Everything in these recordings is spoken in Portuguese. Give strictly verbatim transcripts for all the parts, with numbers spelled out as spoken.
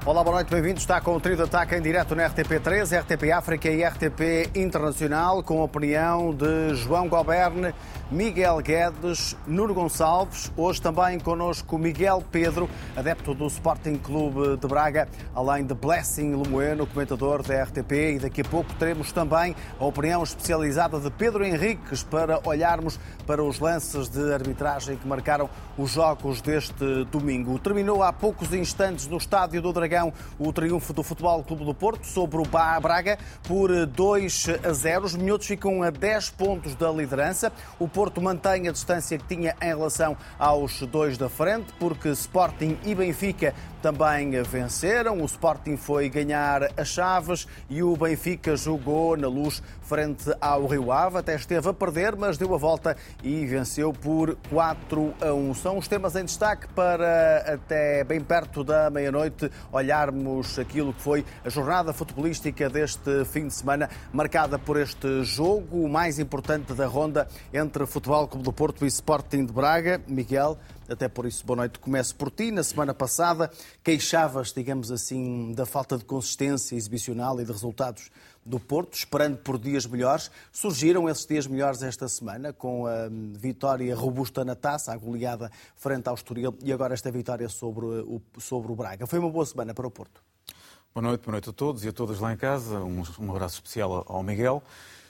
Olá, boa noite, bem-vindos. Está com o trio de ataque em direto na R T P três, R T P África e R T P Internacional, com a opinião de João Goberne, Miguel Guedes, Nuno Gonçalves. Hoje também connosco Miguel Pedro, adepto do Sporting Clube de Braga, além de Blessing Lemoeno, comentador da R T P. E daqui a pouco teremos também a opinião especializada de Pedro Henriques para olharmos para os lances de arbitragem que marcaram os jogos deste domingo. Terminou há poucos instantes no Estádio do Dragão o triunfo do Futebol Clube do Porto sobre o Braga por dois a zero. Os minhotos ficam a dez pontos da liderança. O Porto mantém a distância que tinha em relação aos dois da frente, porque Sporting e Benfica também venceram. O Sporting foi ganhar as Chaves e o Benfica jogou na Luz frente ao Rio Ave. Até esteve a perder, mas deu a volta e venceu por quatro a um. São os temas em destaque para até bem perto da meia-noite olharmos aquilo que foi a jornada futebolística deste fim de semana, marcada por este jogo, o mais importante da ronda entre Futebol Clube do Porto e Sporting de Braga. Miguel, até por isso, boa noite. Começo por ti. Na semana passada queixavas, digamos assim, da falta de consistência exibicional e de resultados do Porto, esperando por dias melhores. Surgiram esses dias melhores esta semana, com a vitória robusta na Taça, a goleada frente ao Estoril e agora esta vitória sobre o, sobre o Braga. Foi uma boa semana para o Porto. Boa noite, boa noite a todos e a todas lá em casa. Um, um abraço especial ao Miguel,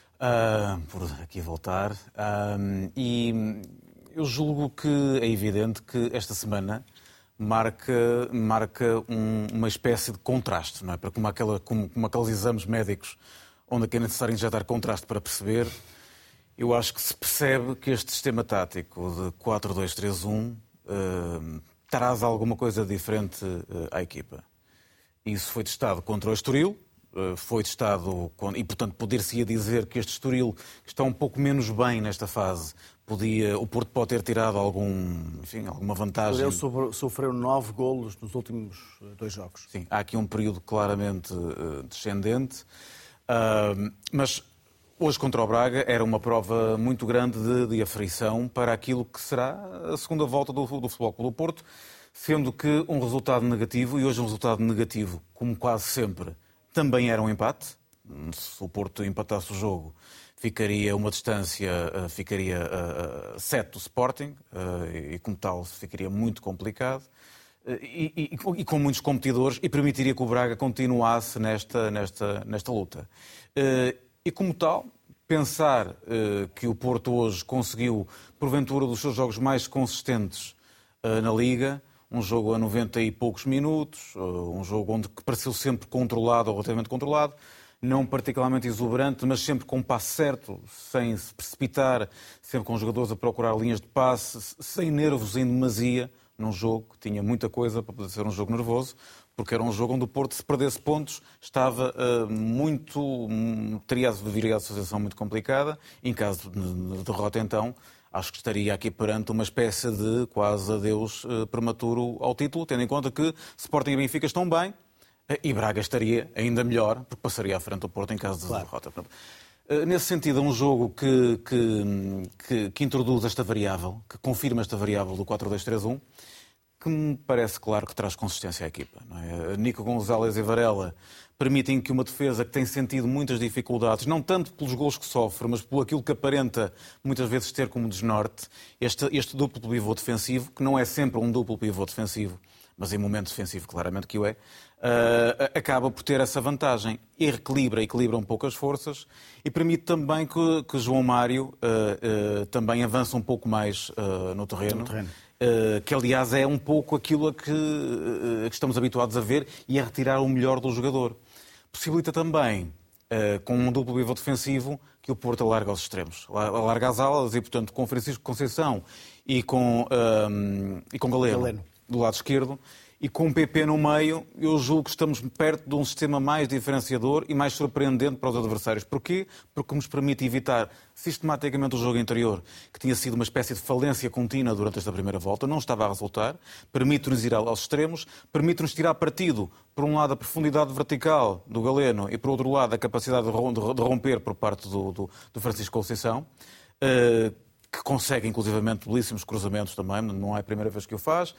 uh, por aqui voltar. Uh, e eu julgo que é evidente que esta semana marca, marca um, uma espécie de contraste, não é? Para como, aquela, como, como aqueles exames médicos onde é necessário injetar contraste para perceber, eu acho que se percebe que este sistema tático de quatro dois três um uh, traz alguma coisa diferente uh, à equipa. Isso foi testado contra o Estoril, uh, foi testado, e portanto poder-se-ia dizer que este Estoril, que está um pouco menos bem nesta fase, podia, o Porto pode ter tirado algum, enfim, alguma vantagem. Ele sofreu nove golos nos últimos dois jogos. Sim, há aqui um período claramente uh, descendente, uh, mas hoje contra o Braga era uma prova muito grande de, de aflição para aquilo que será a segunda volta do, do Futebol Clube do Porto, sendo que um resultado negativo, e hoje um resultado negativo, como quase sempre, também era um empate. Se o Porto empatasse o jogo, ficaria uma distância, ficaria a sete do Sporting, e como tal ficaria muito complicado, e, e, e com muitos competidores, e permitiria que o Braga continuasse nesta, nesta, nesta luta. E como tal, pensar que o Porto hoje conseguiu, porventura, dos seus jogos mais consistentes na Liga, um jogo a noventa e poucos minutos, um jogo onde pareceu sempre controlado ou relativamente controlado, não particularmente exuberante, mas sempre com um passe certo, sem se precipitar, sempre com os jogadores a procurar linhas de passe, sem nervos em demasia, num jogo que tinha muita coisa para poder ser um jogo nervoso, porque era um jogo onde o Porto, se perdesse pontos, estava uh, muito... Um, teria viria a situação muito complicada. Em caso de, de derrota, então, acho que estaria aqui perante uma espécie de quase adeus uh, prematuro ao título, tendo em conta que Sporting e Benfica estão bem, e Braga estaria ainda melhor, porque passaria à frente do Porto em caso de claro. derrota. Nesse sentido, é um jogo que, que, que, que introduz esta variável, que confirma esta variável do quatro dois três um, que me parece claro que traz consistência à equipa. Não é? Nico Gonzalez e Varela permitem que uma defesa que tem sentido muitas dificuldades, não tanto pelos golos que sofre, mas por aquilo que aparenta muitas vezes ter como desnorte, este, este duplo pivô defensivo, que não é sempre um duplo pivô defensivo, mas em momento defensivo claramente que o é, uh, acaba por ter essa vantagem. E reequilibra, equilibra um pouco as forças e permite também que, que João Mário uh, uh, também avance um pouco mais uh, no terreno. No terreno. Uh, que aliás é um pouco aquilo a que, uh, que estamos habituados a ver e a retirar o melhor do jogador. Possibilita também, uh, com um duplo pivô defensivo, que o Porto alarga aos extremos. Alarga as alas e, portanto, com Francisco Conceição e com, uh, e com Galeno, Galeno do lado esquerdo, e com o P P no meio, eu julgo que estamos perto de um sistema mais diferenciador e mais surpreendente para os adversários. Porquê? Porque nos permite evitar sistematicamente o jogo interior, que tinha sido uma espécie de falência contínua durante esta primeira volta, não estava a resultar, permite-nos ir aos extremos, permite-nos tirar partido, por um lado, a profundidade vertical do Galeno e, por outro lado, a capacidade de romper por parte do, do, do Francisco Conceição, que consegue, inclusivamente, belíssimos cruzamentos também, não é a primeira vez que o faz.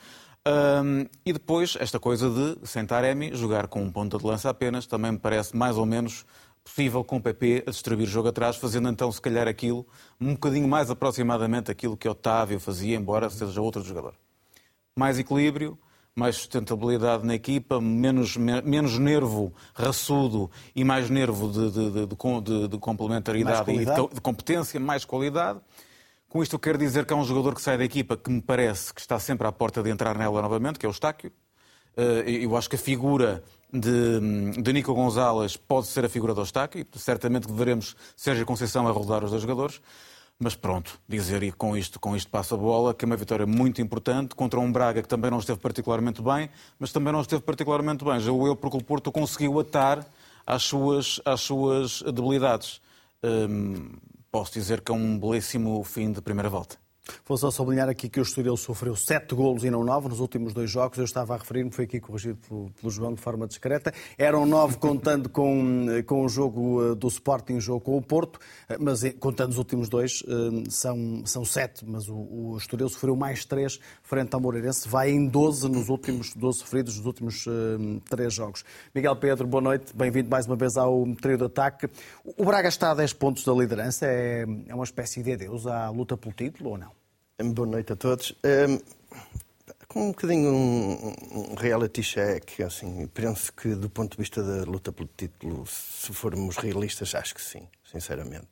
Um, e depois, esta coisa de, sem Taremi, jogar com um ponta de lança apenas, também me parece mais ou menos possível com o P P a distribuir o jogo atrás, fazendo então, se calhar, aquilo, um bocadinho mais aproximadamente aquilo que Otávio fazia, embora seja outro jogador. Mais equilíbrio, mais sustentabilidade na equipa, menos, menos nervo raçudo e mais nervo de, de, de, de, de complementaridade e de, de competência, mais qualidade. Com isto eu quero dizer que há um jogador que sai da equipa que me parece que está sempre à porta de entrar nela novamente, que é o Eustáquio. Eu acho que a figura de, de Nico Gonzalez pode ser a figura do Eustáquio. Certamente que veremos Sérgio Conceição a rodar os dois jogadores. Mas pronto, dizer e com isto, com isto passa a bola, que é uma vitória muito importante contra um Braga que também não esteve particularmente bem, mas também não esteve particularmente bem. Já eu, porque o Porto conseguiu atar às suas, às suas debilidades. Hum, posso dizer que é um belíssimo fim de primeira volta. Vou só sublinhar aqui que o Estoril sofreu sete golos e não nove nos últimos dois jogos. Eu estava a referir-me, foi aqui corrigido pelo, pelo João de forma discreta. Eram nove contando com, com o jogo do Sporting, o jogo com o Porto, mas contando os últimos dois são, são sete. Mas o, o Estoril sofreu mais três frente ao Moreirense. Vai em doze nos últimos doze sofridos nos últimos uh, três jogos. Miguel Pedro, boa noite. Bem-vindo mais uma vez ao trio de ataque. O Braga está a dez pontos da liderança. É, é uma espécie de adeus à luta pelo título ou não? Boa noite a todos. Um, com um bocadinho um, um reality check, assim, penso que do ponto de vista da luta pelo título, se formos realistas, acho que sim, sinceramente.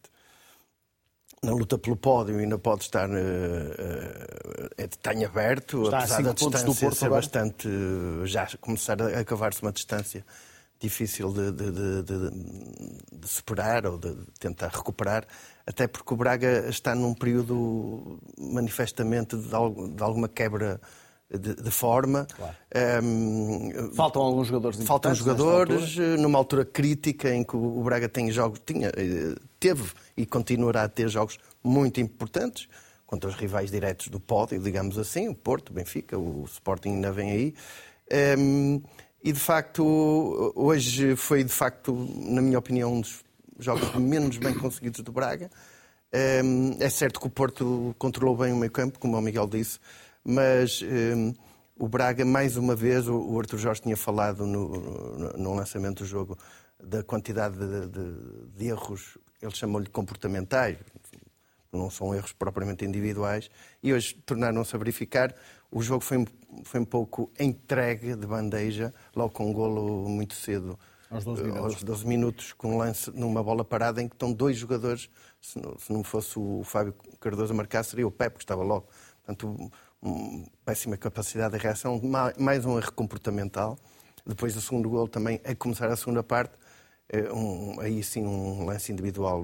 Na luta pelo pódio ainda pode estar uh, uh, está em aberto, está apesar da distância do Porto ser agora. bastante, já começar a cavar-se uma distância difícil de, de, de, de, de superar ou de tentar recuperar, até porque o Braga está num período manifestamente de, de alguma quebra de, de forma. Claro. Um, faltam alguns jogadores Faltam jogadores numa altura crítica em que o Braga tem jogos, tinha, teve e continuará a ter jogos muito importantes contra os rivais diretos do pódio, digamos assim, o Porto, o Benfica, o Sporting ainda vem aí. Um, E, de facto, hoje foi, de facto, na minha opinião, um dos jogos menos bem conseguidos do Braga. É certo que o Porto controlou bem o meio-campo, como o Miguel disse, mas um, o Braga, mais uma vez, o Arthur Jorge tinha falado no, no lançamento do jogo da quantidade de, de, de erros, ele chamou-lhe comportamentais, não são erros propriamente individuais, e hoje tornaram-se a verificar. O jogo foi, foi um pouco entregue de bandeja, logo com um golo muito cedo, aos doze minutos, aos doze minutos com um lance numa bola parada em que estão dois jogadores, se não, se não fosse o Fábio Cardoso a marcar, seria o Pepe, que estava logo. Portanto, uma péssima capacidade de reação, mais um erro comportamental. Depois do segundo golo também, a começar a segunda parte, um, aí sim um lance individual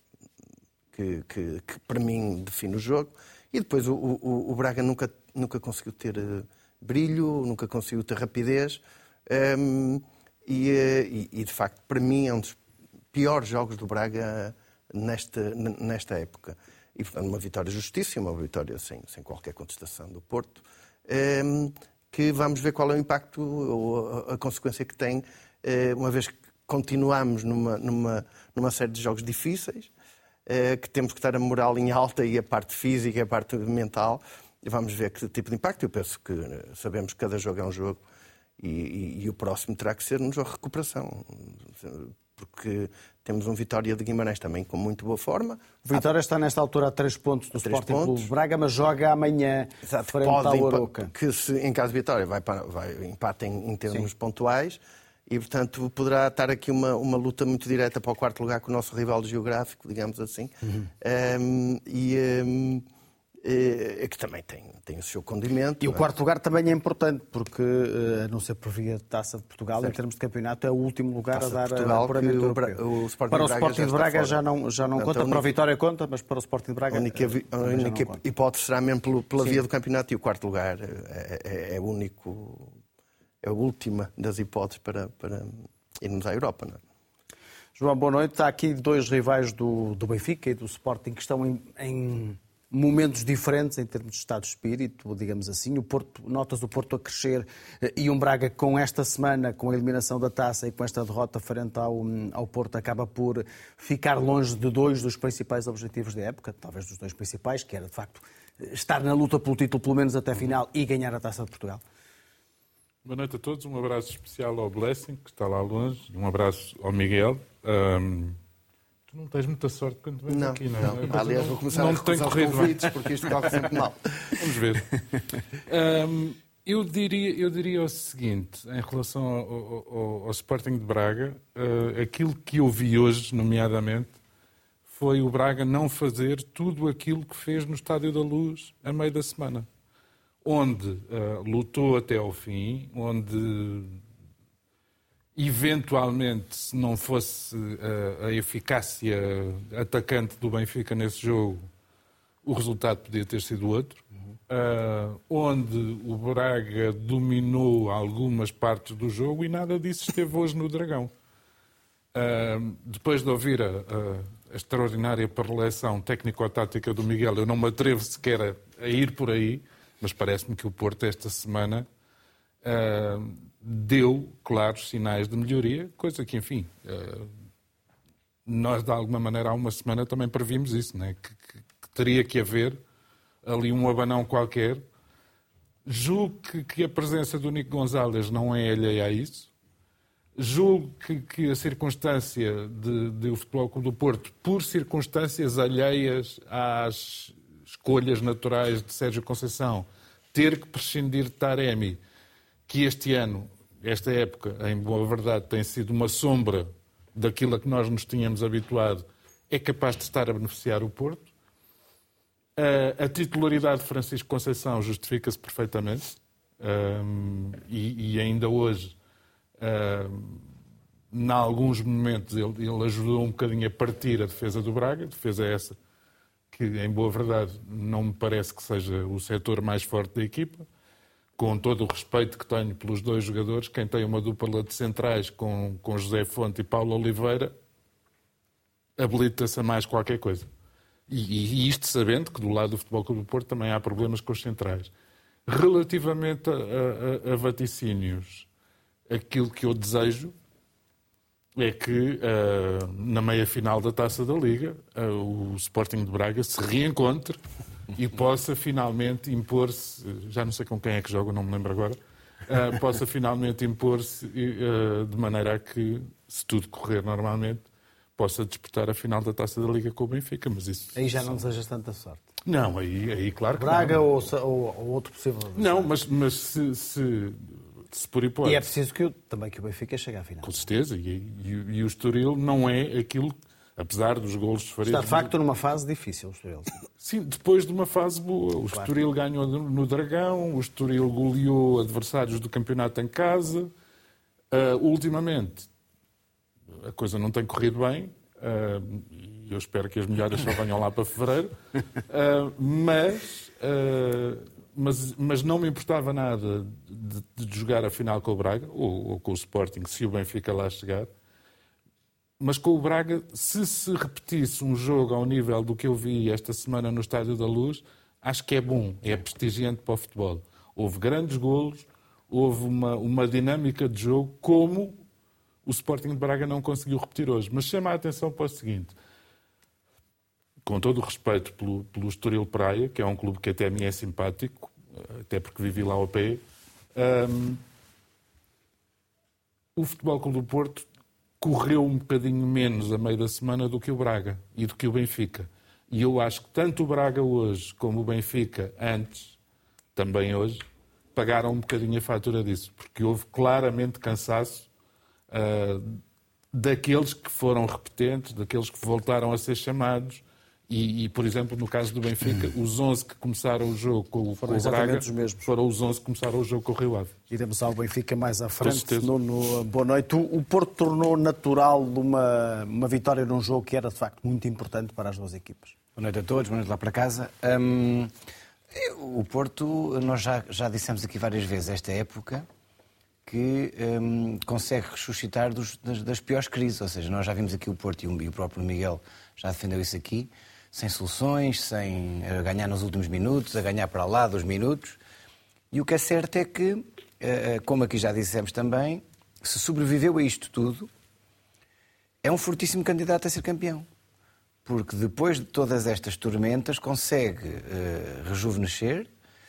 que, que, que para mim define o jogo. E depois o, o, o Braga nunca, nunca conseguiu ter uh, brilho, nunca conseguiu ter rapidez. Um, e, uh, e, de facto, para mim, é um dos piores jogos do Braga nesta, nesta época. E, portanto, uma vitória justíssima, uma vitória sem, sem qualquer contestação do Porto, um, que vamos ver qual é o impacto ou a, a consequência que tem, uh, uma vez que continuamos numa, numa, numa série de jogos difíceis, que temos que estar a moral em alta e a parte física e a parte mental. Vamos ver que tipo de impacto. Eu penso que sabemos que cada jogo é um jogo e, e, e o próximo terá que ser um jogo de recuperação. Porque temos um Vitória de Guimarães também com muito boa forma. O Vitória está nesta altura a três pontos do Sporting Clube Braga, mas joga amanhã Exato, frente ao Arouca. Que se, em caso de vitória vai, para, vai empate em, em termos Sim. pontuais. E, portanto, poderá estar aqui uma, uma luta muito direta para o quarto lugar com o nosso rival geográfico, digamos assim. Uhum. Um, e um, é, que também tem, tem o seu condimento. E o quarto lugar também é importante, porque, a não ser por via de Taça de Portugal, certo. Em termos de campeonato, é o último lugar Taça a dar Portugal, apuramento o, Bra... o Sporting Para o Braga Sporting de Braga já, já não, já não Portanto, conta, única... para o Vitória conta, mas para o Sporting de Braga a única, vi... a única hipótese será mesmo pelo, pela Sim. via do campeonato, e o quarto lugar é, é, é o único, é a última das hipóteses para... para... irmos à Europa, não é? João, boa noite. Há aqui dois rivais do, do Benfica e do Sporting que estão em, em momentos diferentes em termos de estado de espírito, digamos assim. O Porto, notas o Porto a crescer e um Braga com esta semana, com a eliminação da Taça e com esta derrota frente ao, ao Porto, acaba por ficar longe de dois dos principais objetivos da época, talvez dos dois principais, que era, de facto, estar na luta pelo título, pelo menos até a final, e ganhar a Taça de Portugal. Boa noite a todos, um abraço especial ao Blessing, que está lá longe, um abraço ao Miguel. Um, tu não tens muita sorte quando vens não, aqui, não é? Não. Aliás, não, vou começar não a recusar os convites, porque isto corre sempre mal. Vamos ver. Um, eu, diria, eu diria o seguinte, em relação ao, ao, ao Sporting de Braga, uh, aquilo que eu vi hoje, nomeadamente, foi o Braga não fazer tudo aquilo que fez no Estádio da Luz a meio da semana. Onde uh, lutou até ao fim, onde eventualmente, se não fosse uh, a eficácia atacante do Benfica nesse jogo, o resultado podia ter sido outro. Uh, onde o Braga dominou algumas partes do jogo e nada disso esteve hoje no Dragão. Uh, depois de ouvir a, a, a extraordinária preleção técnico-tática do Miguel, eu não me atrevo sequer a, a ir por aí, mas parece-me que o Porto esta semana uh, deu claros sinais de melhoria, coisa que, enfim, uh, nós de alguma maneira há uma semana também previmos isso, né? que, que, que teria que haver ali um abanão qualquer. Julgo que, que a presença do Nico Gonzalez não é alheia a isso. Julgo que, que a circunstância de, de o Futebol Clube do Porto, por circunstâncias alheias às escolhas naturais de Sérgio Conceição, ter que prescindir de Taremi, que este ano, esta época, em boa verdade, tem sido uma sombra daquilo a que nós nos tínhamos habituado, é capaz de estar a beneficiar o Porto. A, a titularidade de Francisco Conceição justifica-se perfeitamente, um, e, e ainda hoje, um, em alguns momentos, ele, ele ajudou um bocadinho a partir a defesa do Braga, defesa essa que, em boa verdade, não me parece que seja o setor mais forte da equipa. Com todo o respeito que tenho pelos dois jogadores, quem tem uma dupla de centrais com, com José Fonte e Paulo Oliveira, habilita-se a mais qualquer coisa. E, e isto sabendo que do lado do Futebol Clube do Porto também há problemas com os centrais. Relativamente a, a, a vaticínios, aquilo que eu desejo é que uh, na meia-final da Taça da Liga uh, o Sporting de Braga se reencontre e possa finalmente impor-se, já não sei com quem é que joga, não me lembro agora, uh, possa finalmente impor-se uh, de maneira a que, se tudo correr normalmente, possa disputar a final da Taça da Liga com o Benfica. Mas isso aí já não desejas tanta sorte. Não, aí, aí claro que Braga não. ou, ou, ou outro possível... Não, mas, mas se, se, se por hipótese... E é preciso que, também que o Benfica chegue à final. Com certeza. E, e, e o Estoril não é aquilo, apesar dos golos de Faria... Está de facto numa fase difícil, o Estoril. Sim, depois de uma fase boa. O claro. Estoril ganhou no Dragão, o Estoril goleou adversários do campeonato em casa. Uh, ultimamente, a coisa não tem corrido bem. E uh, eu espero que as melhoras só venham lá para fevereiro. Uh, mas, uh, mas, mas não me importava nada de, de jogar a final com o Braga, ou, ou com o Sporting, se o Benfica lá chegar. Mas com o Braga, se se repetisse um jogo ao nível do que eu vi esta semana no Estádio da Luz, acho que é bom, é prestigiante para o futebol. Houve grandes golos, houve uma, uma dinâmica de jogo, como o Sporting de Braga não conseguiu repetir hoje. Mas chama a atenção para o seguinte, com todo o respeito pelo, pelo Estoril Praia, que é um clube que até a mim é simpático, até porque vivi lá ao pé, um, o Futebol Clube do Porto correu um bocadinho menos a meio da semana do que o Braga e do que o Benfica. E eu acho que tanto o Braga hoje como o Benfica antes, também hoje, pagaram um bocadinho a fatura disso, porque houve claramente cansaço uh, daqueles que foram repetentes, daqueles que voltaram a ser chamados. E, e, por exemplo, no caso do Benfica, os onze que começaram o jogo com, com o Braga os mesmos. foram os onze que começaram o jogo com o Rio Ave. Iremos ao Benfica mais à frente. Nuno, boa noite. O, o Porto tornou natural uma, uma vitória num jogo que era, de facto, muito importante para as duas equipas. Boa noite a todos, boa noite lá para casa. Hum, o Porto, nós já, já dissemos aqui várias vezes esta época, que hum, consegue ressuscitar dos, das, das piores crises. Ou seja, nós já vimos aqui o Porto e o, e o próprio Miguel já defendeu isso aqui, sem soluções, sem uh, ganhar nos últimos minutos, a ganhar para lá dos minutos. E o que é certo é que, uh, como aqui já dissemos também, se sobreviveu a isto tudo, é um fortíssimo candidato a ser campeão. Porque depois de todas estas tormentas consegue uh, rejuvenescer,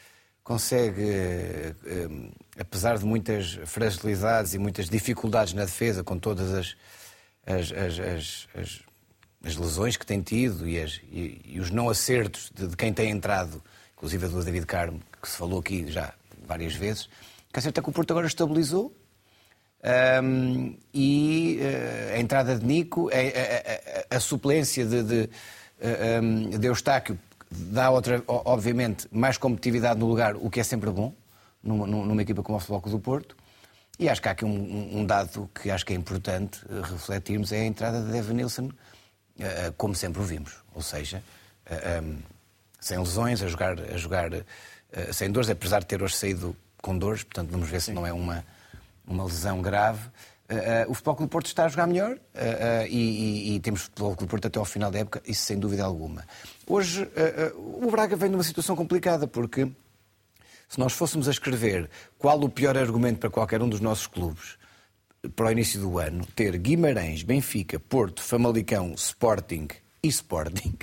consegue, apesar de muitas fragilidades e muitas dificuldades na defesa, com todas as, as, as, as, as, as lesões que tem tido e, as, e, e os não acertos de, de quem tem entrado, inclusive do David Carmo, que se falou aqui já várias vezes, que até que o Porto agora estabilizou. Um, e uh, a entrada de Nico, a, a, a, a suplência de, de, um, de Eustáquio dá, outra, obviamente, mais competitividade no lugar, o que é sempre bom numa, numa equipa como o Futebol Clube do Porto. E acho que há aqui um, um dado que acho que é importante refletirmos, é a entrada de Evanilson, uh, como sempre o vimos, ou seja, uh, um, sem lesões, a jogar, a jogar uh, sem dores, apesar de ter hoje saído com dores, portanto vamos ver se não é uma uma lesão grave. Uh, uh, o Futebol Clube do Porto está a jogar melhor uh, uh, e, e, e temos o Futebol Clube do Porto até ao final da época, isso sem dúvida alguma. Hoje, uh, uh, o Braga vem numa situação complicada, porque se nós fôssemos a escrever qual o pior argumento para qualquer um dos nossos clubes para o início do ano, ter Guimarães, Benfica, Porto, Famalicão, Sporting e Sporting,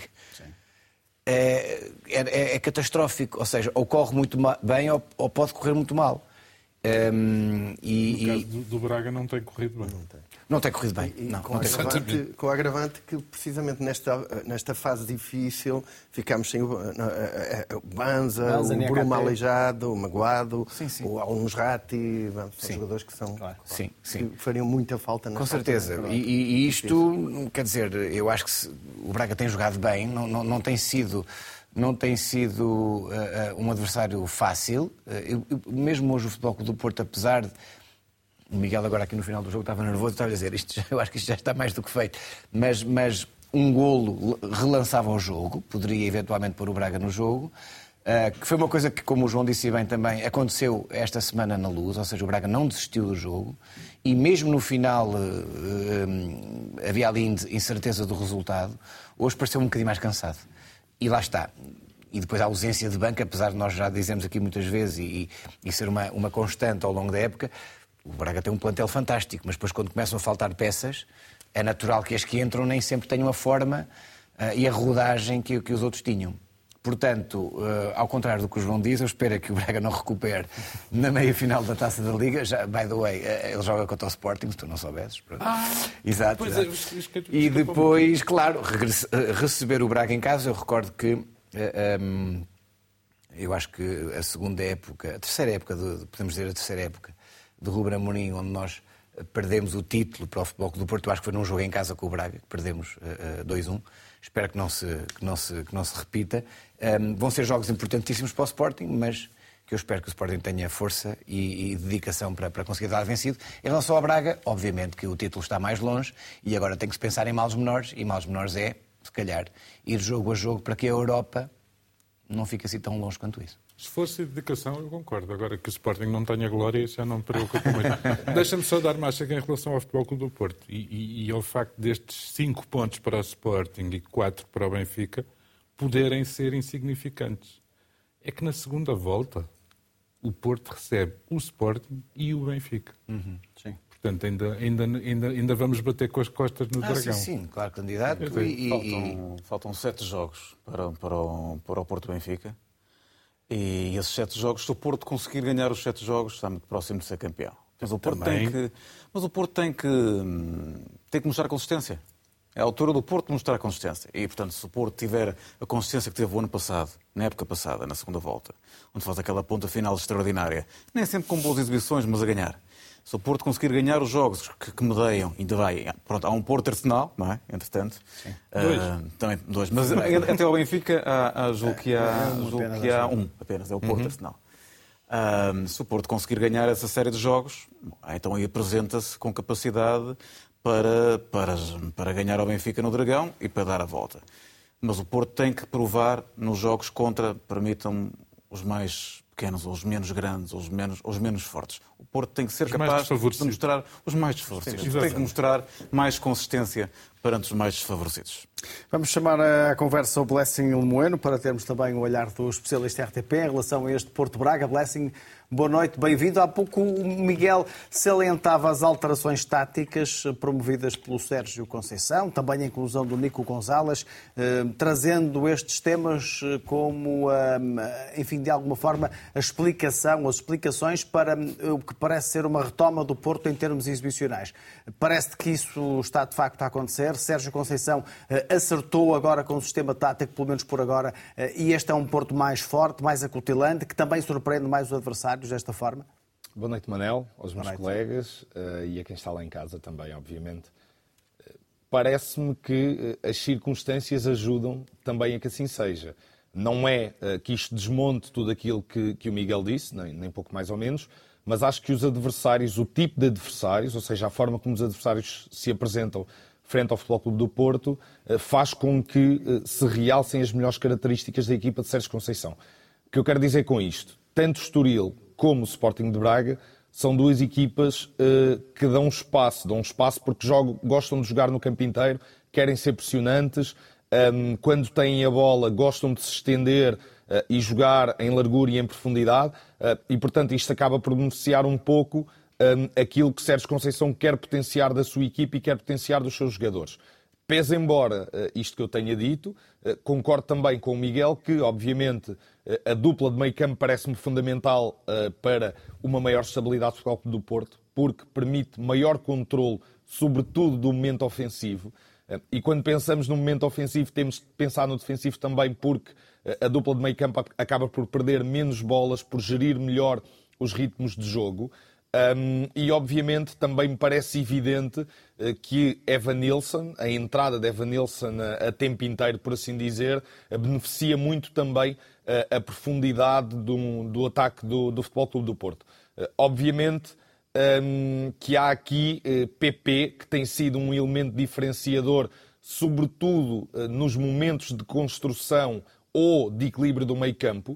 é, é, é catastrófico. Ou seja, ou corre muito bem ou, ou pode correr muito mal. Um, e, no caso do, do Braga não tem corrido bem. Não tem, não tem corrido bem. E, não, com, não o tem agravante, com o agravante que, precisamente nesta, nesta fase difícil, ficámos sem o, o Banza, Banza, o Bruno Niakate. aleijado, o Magoado, Sim, sim. o Al-Nusrati, são Sim. jogadores que, são, Claro. Sim, sim. que fariam muita falta. Com nesta certeza. altura. E, e isto, quer dizer, eu acho que se, o Braga tem jogado bem, não, não, não tem sido... Não tem sido uh, um adversário fácil. Uh, eu, eu, mesmo hoje o Futebol Clube do Porto, apesar de... O Miguel agora aqui no final do jogo estava nervoso, estava a dizer, isto, já- eu acho que isto já está mais do que feito. Mas, mas um golo relançava o jogo, poderia eventualmente pôr o Braga no jogo, uh, que foi uma coisa que, como o João disse bem também, aconteceu esta semana na Luz, ou seja, o Braga não desistiu do jogo, e mesmo no final uh, um, havia ali incerteza do resultado, hoje pareceu um bocadinho mais cansado. E lá está. E depois a ausência de banco, apesar de nós já dizemos aqui muitas vezes e, e ser uma, uma constante ao longo da época, o Braga tem um plantel fantástico, mas depois quando começam a faltar peças, é natural que as que entram nem sempre tenham a forma uh, e a rodagem que, que os outros tinham. Portanto, uh, ao contrário do que o João diz, eu espero que o Braga não recupere na meia-final da Taça da Liga. Já, by the way, uh, ele joga contra o Sporting, se tu não soubesses. Ah, exato. Pois exato. é, isto- isto é- E isto é depois, claro, regresse- uh, receber o Braga em casa. Eu recordo que uh, um, eu acho que a segunda época, a terceira época, de, podemos dizer a terceira época, de Ruben Amorim, onde nós perdemos o título para o Futebol Clube do Porto, eu acho que foi num jogo em casa com o Braga, que perdemos uh, uh, dois a um. Espero que não se, que não se, que não se repita. Um, vão ser jogos importantíssimos para o Sporting, mas que eu espero que o Sporting tenha força e, e dedicação para, para conseguir dar vencido. Em relação ao Braga, obviamente que o título está mais longe e agora tem que se pensar em males menores, e males menores é, se calhar, ir jogo a jogo para que a Europa não fique assim tão longe quanto isso. Se fosse dedicação, eu concordo. Agora que o Sporting não tenha glória, isso já não me preocupa muito. Deixa-me só dar mais chega em relação ao Futebol Clube do Porto e, e, e ao facto destes cinco pontos para o Sporting e quatro para o Benfica poderem ser insignificantes. É que na segunda volta o Porto recebe o Sporting e o Benfica. Uhum, sim. Portanto, ainda, ainda, ainda, ainda vamos bater com as costas no Ah, Dragão. sim, sim, claro, candidato. Quer dizer, E, e- Faltam, faltam sete jogos para, para, o, para o Porto Benfica. E esses sete jogos, se o Porto conseguir ganhar os sete jogos, está muito próximo de ser campeão. Mas o Porto tem que, mas o Porto tem que, hum, tem que mostrar consistência. É a altura do Porto mostrar consistência. E, portanto, se o Porto tiver a consistência que teve o ano passado, na época passada, na segunda volta, onde faz aquela ponta final extraordinária, nem sempre com boas exibições, mas a ganhar. Se o Porto conseguir ganhar os jogos que, que medeiam, ainda vai. Pronto, há um Porto Arsenal, não é? Entretanto. Dois. Uh, também dois. Mas até ao Benfica, há, há, julgo que há, um julgo apenas, que há acho. um apenas, é o Porto Arsenal. Uh, se o Porto conseguir ganhar essa série de jogos, então aí apresenta-se com capacidade para, para, para ganhar ao Benfica no Dragão e para dar a volta. Mas o Porto tem que provar nos jogos contra, permitam os mais pequenos, ou os menos grandes, ou os menos, ou os menos fortes. O Porto tem que ser Os mais capaz de desfavorecidos. mostrar os mais desfavorecidos. Sim, Tem que exatamente. mostrar mais consistência perante os mais desfavorecidos. Vamos chamar a conversa ao Blessing Lemoeno para termos também o olhar do especialista R T P em relação a este Porto Braga. Blessing, boa noite, bem-vindo. Há pouco o Miguel salientava as alterações táticas promovidas pelo Sérgio Conceição, também a inclusão do Nico Gonzalez, eh, trazendo estes temas eh, como, eh, enfim, de alguma forma, a explicação, as explicações para o que parece ser uma retoma do Porto em termos exibicionais. Parece que isso está de facto a acontecer. Sérgio Conceição acertou agora com o sistema tático, pelo menos por agora, e este é um Porto mais forte, mais acutilante, que também surpreende mais os adversários desta forma? Boa noite, Manel, aos meus colegas uh, e a quem está lá em casa também, obviamente. Uh, Parece-me que uh, as circunstâncias ajudam também a que assim seja. Não é uh, que isto desmonte tudo aquilo que, que o Miguel disse, nem, nem pouco mais ou menos, mas acho que os adversários, o tipo de adversários, ou seja, a forma como os adversários se apresentam frente ao Futebol Clube do Porto, uh, faz com que uh, se realcem as melhores características da equipa de Sérgio Conceição. O que eu quero dizer com isto? Tanto o Estoril como o Sporting de Braga, são duas equipas uh, que dão espaço, dão espaço porque jogam, gostam de jogar no campo inteiro, querem ser pressionantes, um, quando têm a bola gostam de se estender uh, e jogar em largura e em profundidade, uh, e portanto isto acaba por beneficiar um pouco um, aquilo que Sérgio Conceição quer potenciar da sua equipa e quer potenciar dos seus jogadores. Pese embora uh, isto que eu tenha dito, uh, concordo também com o Miguel que, obviamente, uh, a dupla de meio campo parece-me fundamental uh, para uma maior estabilidade do Futebol Clube do Porto, porque permite maior controle, sobretudo do momento ofensivo. Uh, e quando pensamos no momento ofensivo, temos de pensar no defensivo também, porque uh, a dupla de meio campo acaba por perder menos bolas, por gerir melhor os ritmos de jogo. Um, e obviamente também me parece evidente uh, que Evanilson, a entrada de Evanilson a, a tempo inteiro, por assim dizer, uh, beneficia muito também uh, a profundidade do, do ataque do, do Futebol Clube do Porto. Uh, obviamente um, que há aqui uh, P P, que tem sido um elemento diferenciador, sobretudo uh, nos momentos de construção ou de equilíbrio do meio campo.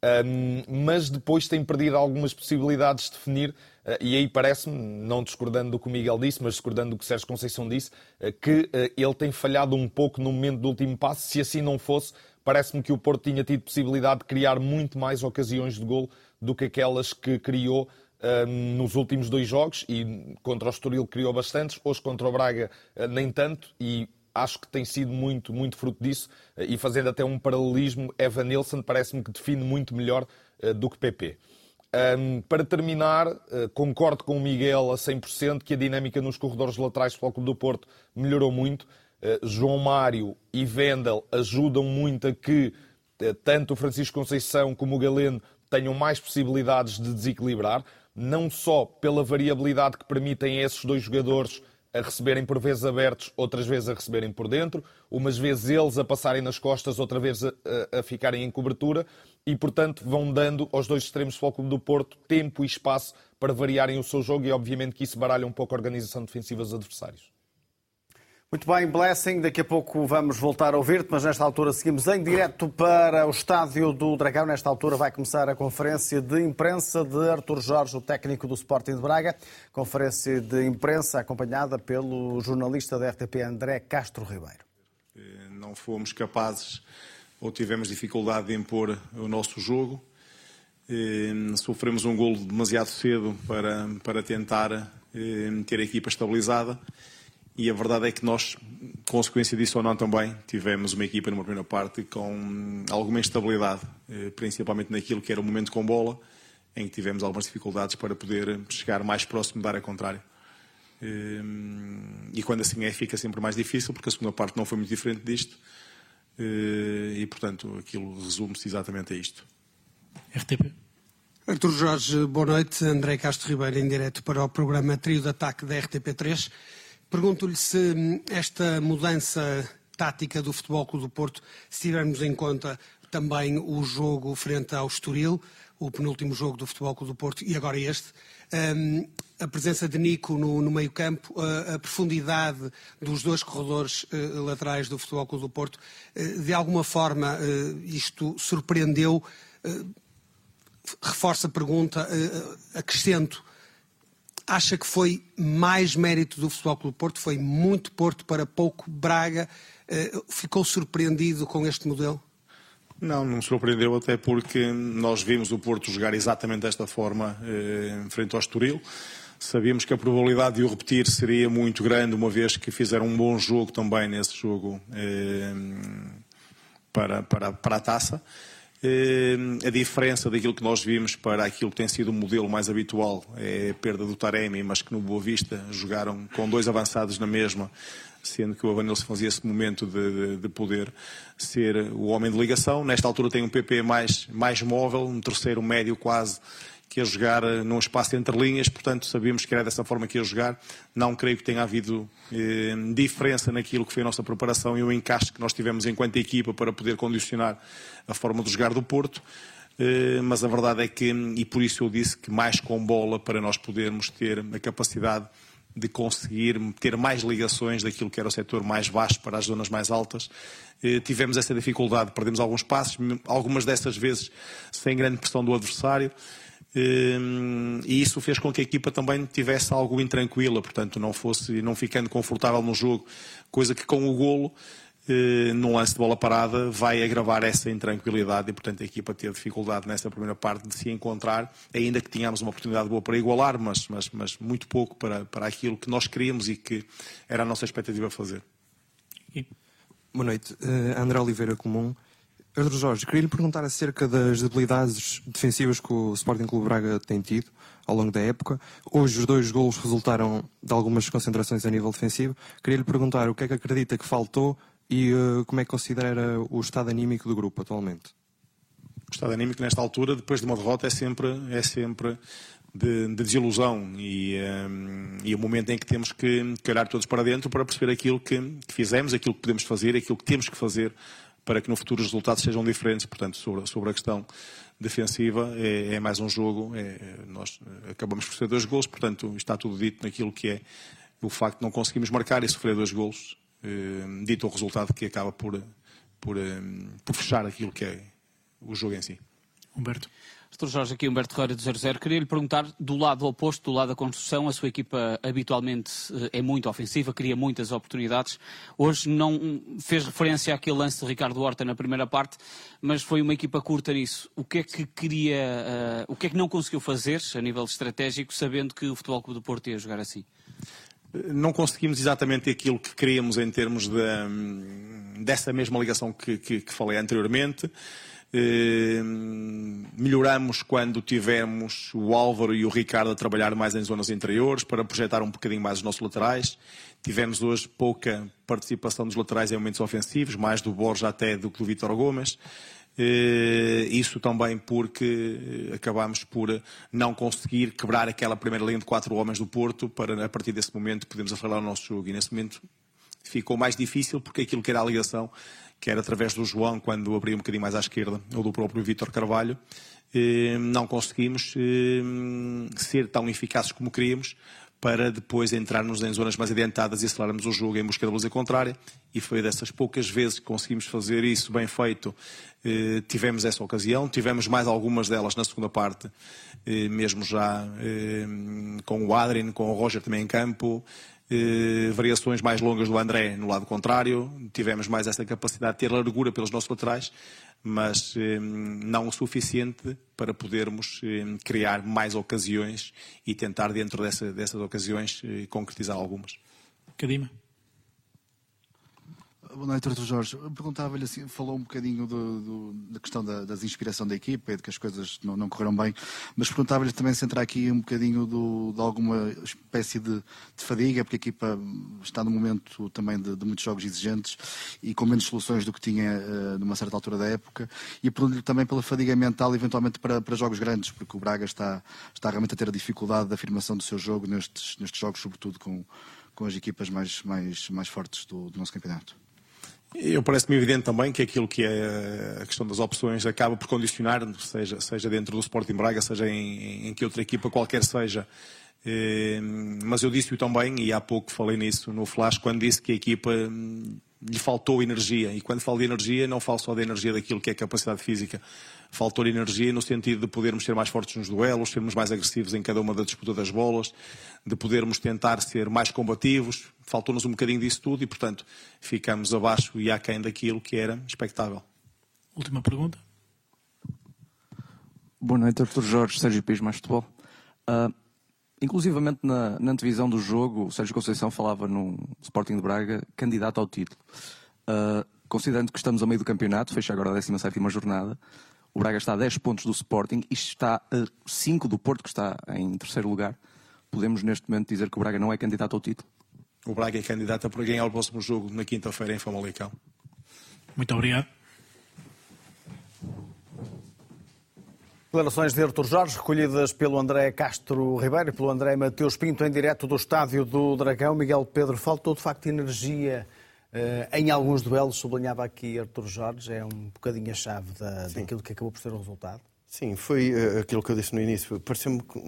Um, mas depois tem perdido algumas possibilidades de definir, uh, e aí parece-me, não discordando do que o Miguel disse, mas discordando do que o Sérgio Conceição disse, uh, que uh, ele tem falhado um pouco no momento do último passo. Se assim não fosse, parece-me que o Porto tinha tido possibilidade de criar muito mais ocasiões de golo do que aquelas que criou uh, nos últimos dois jogos, e contra o Estoril criou bastantes, hoje contra o Braga uh, nem tanto, e acho que tem sido muito, muito fruto disso, e fazendo até um paralelismo, Evanilson parece-me que define muito melhor uh, do que P P. Um, para terminar, uh, concordo com o Miguel a cem por cento que a dinâmica nos corredores laterais do Futebol Clube do Porto melhorou muito. Uh, João Mário e Wendel ajudam muito a que uh, tanto o Francisco Conceição como o Galeno tenham mais possibilidades de desequilibrar, não só pela variabilidade que permitem a esses dois jogadores a receberem por vezes abertos, outras vezes a receberem por dentro, umas vezes eles a passarem nas costas, outra vez a, a, a ficarem em cobertura, e portanto vão dando aos dois extremos do Futebol Clube do Porto tempo e espaço para variarem o seu jogo, e obviamente que isso baralha um pouco a organização defensiva dos adversários. Muito bem, Blessing, daqui a pouco vamos voltar a ouvir-te, mas nesta altura seguimos em direto para o estádio do Dragão. Nesta altura vai começar a conferência de imprensa de Artur Jorge, o técnico do Sporting de Braga. Conferência de imprensa acompanhada pelo jornalista da R T P, André Castro Ribeiro. Não fomos capazes ou tivemos dificuldade de impor o nosso jogo. Sofremos um golo demasiado cedo para, para tentar ter a equipa estabilizada. E a verdade é que nós, consequência disso ou não também, tivemos uma equipa numa primeira parte com alguma instabilidade, principalmente naquilo que era o momento com bola, em que tivemos algumas dificuldades para poder chegar mais próximo da área contrária. E quando assim é, fica sempre mais difícil, porque a segunda parte não foi muito diferente disto. E, portanto, aquilo resume-se exatamente a isto. R T P. Artur Jorge, boa noite. André Castro Ribeiro, em direto para o programa Trio de Ataque da R T P três. Pergunto-lhe se esta mudança tática do Futebol Clube do Porto, se tivermos em conta também o jogo frente ao Estoril, o penúltimo jogo do Futebol Clube do Porto, e agora este, um, a presença de Nico no, no meio-campo, a, a profundidade dos dois corredores uh, laterais do Futebol Clube do Porto, uh, de alguma forma uh, isto surpreendeu, uh, reforça a pergunta, uh, acrescento. Acha que foi mais mérito do Futebol Clube do Porto? Foi muito Porto para pouco Braga? Ficou surpreendido com este modelo? Não, não me surpreendeu, até porque nós vimos o Porto jogar exatamente desta forma eh, frente ao Estoril. Sabíamos que a probabilidade de o repetir seria muito grande, uma vez que fizeram um bom jogo também nesse jogo eh, para, para, para a taça. A diferença daquilo que nós vimos para aquilo que tem sido o modelo mais habitual é a perda do Taremi, mas que no Boa Vista jogaram com dois avançados na mesma, sendo que o Avanilson fazia esse momento de, de, de poder ser o homem de ligação. Nesta altura tem um P P mais, mais móvel, um terceiro médio quase, que ia jogar num espaço entre linhas, portanto sabíamos que era dessa forma que ia jogar. Não creio que tenha havido eh, diferença naquilo que foi a nossa preparação e o encaixe que nós tivemos enquanto equipa para poder condicionar a forma de jogar do Porto. Eh, mas a verdade é que, e por isso eu disse que mais com bola, para nós podermos ter a capacidade de conseguir ter mais ligações daquilo que era o setor mais vasto para as zonas mais altas. Eh, tivemos essa dificuldade, perdemos alguns passos, algumas dessas vezes sem grande pressão do adversário. E isso fez com que a equipa também tivesse algo intranquila, portanto não fosse, não ficando confortável no jogo, coisa que com o golo, num lance de bola parada, vai agravar essa intranquilidade e portanto a equipa teve dificuldade nessa primeira parte de se encontrar, ainda que tínhamos uma oportunidade boa para igualar, mas, mas, mas muito pouco para, para aquilo que nós queríamos e que era a nossa expectativa fazer. Boa noite, uh, André Oliveira Comum. Pedro Jorge, queria lhe perguntar acerca das debilidades defensivas que o Sporting Clube Braga tem tido ao longo da época. Hoje os dois golos resultaram de algumas concentrações a nível defensivo. Queria lhe perguntar o que é que acredita que faltou e uh, como é que considera o estado anímico do grupo atualmente. O estado anímico nesta altura, depois de uma derrota, é sempre, é sempre de, de desilusão e, um, e o momento em que temos que, que olhar todos para dentro para perceber aquilo que, que fizemos, aquilo que podemos fazer, aquilo que temos que fazer para que no futuro os resultados sejam diferentes. Portanto, sobre, sobre a questão defensiva, é, é mais um jogo. É, nós acabamos por sofrer dois golos, portanto, está tudo dito naquilo que é o facto de não conseguirmos marcar e sofrer dois golos, eh, dito o resultado que acaba por, por, eh, por fechar aquilo que é o jogo em si. Humberto. doutor Jorge, aqui Humberto Ferreira do zero zero. Queria lhe perguntar, do lado oposto, do lado da construção, a sua equipa habitualmente é muito ofensiva, cria muitas oportunidades. Hoje não fez referência àquele lance de Ricardo Horta na primeira parte, mas foi uma equipa curta nisso. O que é que queria, uh, o que é que não conseguiu fazer a nível estratégico, sabendo que o Futebol Clube do Porto ia jogar assim? Não conseguimos exatamente aquilo que queríamos em termos de, dessa mesma ligação que, que, que falei anteriormente. Uh, melhoramos quando tivemos o Álvaro e o Ricardo a trabalhar mais em zonas interiores para projetar um bocadinho mais os nossos laterais. Tivemos hoje pouca participação dos laterais em momentos ofensivos, mais do Borja até do que do Vítor Gomes. Uh, isso também porque acabámos por não conseguir quebrar aquela primeira linha de quatro homens do Porto para, a partir desse momento, podermos arrelar o nosso jogo. E nesse momento ficou mais difícil porque aquilo que era a ligação, que era através do João, quando abria um bocadinho mais à esquerda, ou do próprio Vítor Carvalho, não conseguimos ser tão eficazes como queríamos para depois entrarmos em zonas mais adiantadas e acelerarmos o jogo em busca da baliza contrária. E foi dessas poucas vezes que conseguimos fazer isso bem feito. Tivemos essa ocasião, tivemos mais algumas delas na segunda parte, mesmo já com o Adrien, com o Roger também em campo. Uh, variações mais longas do André no lado contrário, tivemos mais essa capacidade de ter largura pelos nossos laterais, mas uh, não o suficiente para podermos uh, criar mais ocasiões e tentar dentro dessa, dessas ocasiões uh, concretizar algumas. Cadima. Boa noite, doutor Jorge. Eu perguntava-lhe assim, falou um bocadinho do, do, da questão da, da inspiração da equipa e de que as coisas não, não correram bem, mas perguntava-lhe também se entrar aqui um bocadinho do, de alguma espécie de, de fadiga, porque a equipa está num momento também de, de muitos jogos exigentes e com menos soluções do que tinha uh, numa certa altura da época, e pergunto-lhe também pela fadiga mental, eventualmente para, para jogos grandes, porque o Braga está, está realmente a ter a dificuldade da afirmação do seu jogo nestes, nestes jogos, sobretudo com, com as equipas mais, mais, mais fortes do, do nosso campeonato. Eu parece-me evidente também que aquilo que é a questão das opções acaba por condicionar, seja, seja dentro do Sporting Braga, seja em, em que outra equipa qualquer seja. Eh, mas eu disse-o também, e há pouco falei nisso no Flash, quando disse que a equipa lhe faltou energia. E quando falo de energia, não falo só da energia daquilo que é capacidade física. Faltou energia no sentido de podermos ser mais fortes nos duelos, sermos mais agressivos em cada uma da disputa das bolas, de podermos tentar ser mais combativos. Faltou-nos um bocadinho disso tudo e, portanto, ficamos abaixo e aquém daquilo que era expectável. Última pergunta. Boa noite, doutor Jorge, Sérgio Pires, mais futebol. Uh, inclusivamente na, na antevisão do jogo, o Sérgio Conceição falava no Sporting de Braga, candidato ao título. Uh, considerando que estamos a meio do campeonato, fecha agora a décima sétima jornada, O Braga está a dez pontos do Sporting e está a cinco do Porto, que está em terceiro lugar. Podemos, neste momento, dizer que o Braga não é candidato ao título? O Braga é candidato para ganhar o próximo jogo na quinta-feira em Famalicão. Muito obrigado. Declarações de Artur Jorge, recolhidas pelo André Castro Ribeiro e pelo André Mateus Pinto, em direto do Estádio do Dragão. Miguel Pedro, faltou de facto energia uh, em alguns duelos, sublinhava aqui Artur Jorge, é um bocadinho a chave da, daquilo que acabou por ser o resultado. Sim, foi uh, aquilo que eu disse no início. Pareceu-me que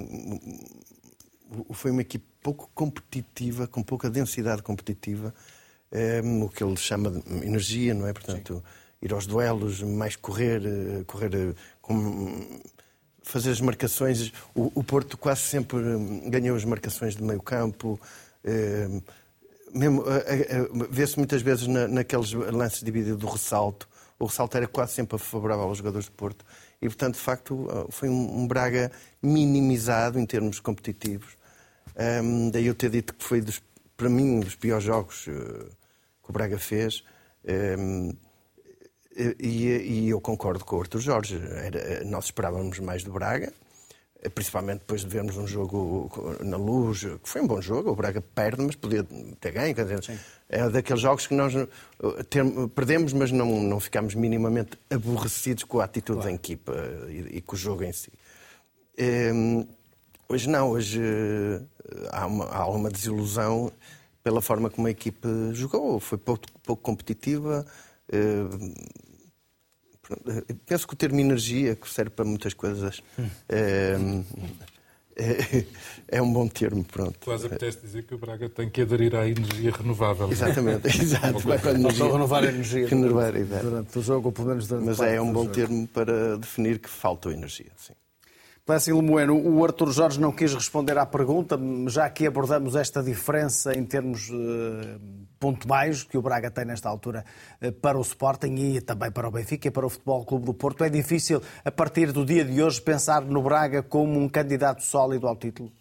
uh, foi uma equipe pouco competitiva, com pouca densidade competitiva, um, o que ele chama de energia, não é? Portanto, sim, ir aos duelos, mais correr, uh, correr uh, com, fazer as marcações. O, o Porto quase sempre ganhou as marcações de meio campo. Uh, mesmo, uh, uh, uh, vê-se muitas vezes na, naqueles lances divididos do ressalto. O ressalto era quase sempre favorável aos jogadores do Porto. E, portanto, de facto, foi um, um Braga minimizado em termos competitivos. Um, daí eu ter dito que foi, dos, para mim, um dos piores jogos uh, que o Braga fez. Um, e, e eu concordo com o Artur Jorge. Era, nós esperávamos mais do Braga, principalmente depois de vermos um jogo na Luz, que foi um bom jogo. O Braga perde, mas podia ter ganho. Quer dizer, é daqueles jogos que nós ter, perdemos, mas não, não ficámos minimamente aborrecidos com a atitude, claro, da equipa e, e com o jogo em si. Um, hoje não, hoje há uma, há uma desilusão pela forma como a equipe jogou. Foi pouco, pouco competitiva. Uh, penso que o termo energia, que serve para muitas coisas, hum. é, é, é um bom termo. Pronto. Quase apetece dizer que o Braga tem que aderir à energia renovável. Exatamente, exato. Vai para a energia. Só renovar a energia renovar, durante, durante o jogo, ou pelo menos durante Mas o é um bom jogo. termo para definir que faltou energia, sim. Clécio Limoeiro, o Artur Jorge não quis responder à pergunta, já que abordamos esta diferença em termos uh, pontuais que o Braga tem nesta altura uh, para o Sporting e também para o Benfica e para o Futebol Clube do Porto. É difícil, a partir do dia de hoje, pensar no Braga como um candidato sólido ao título?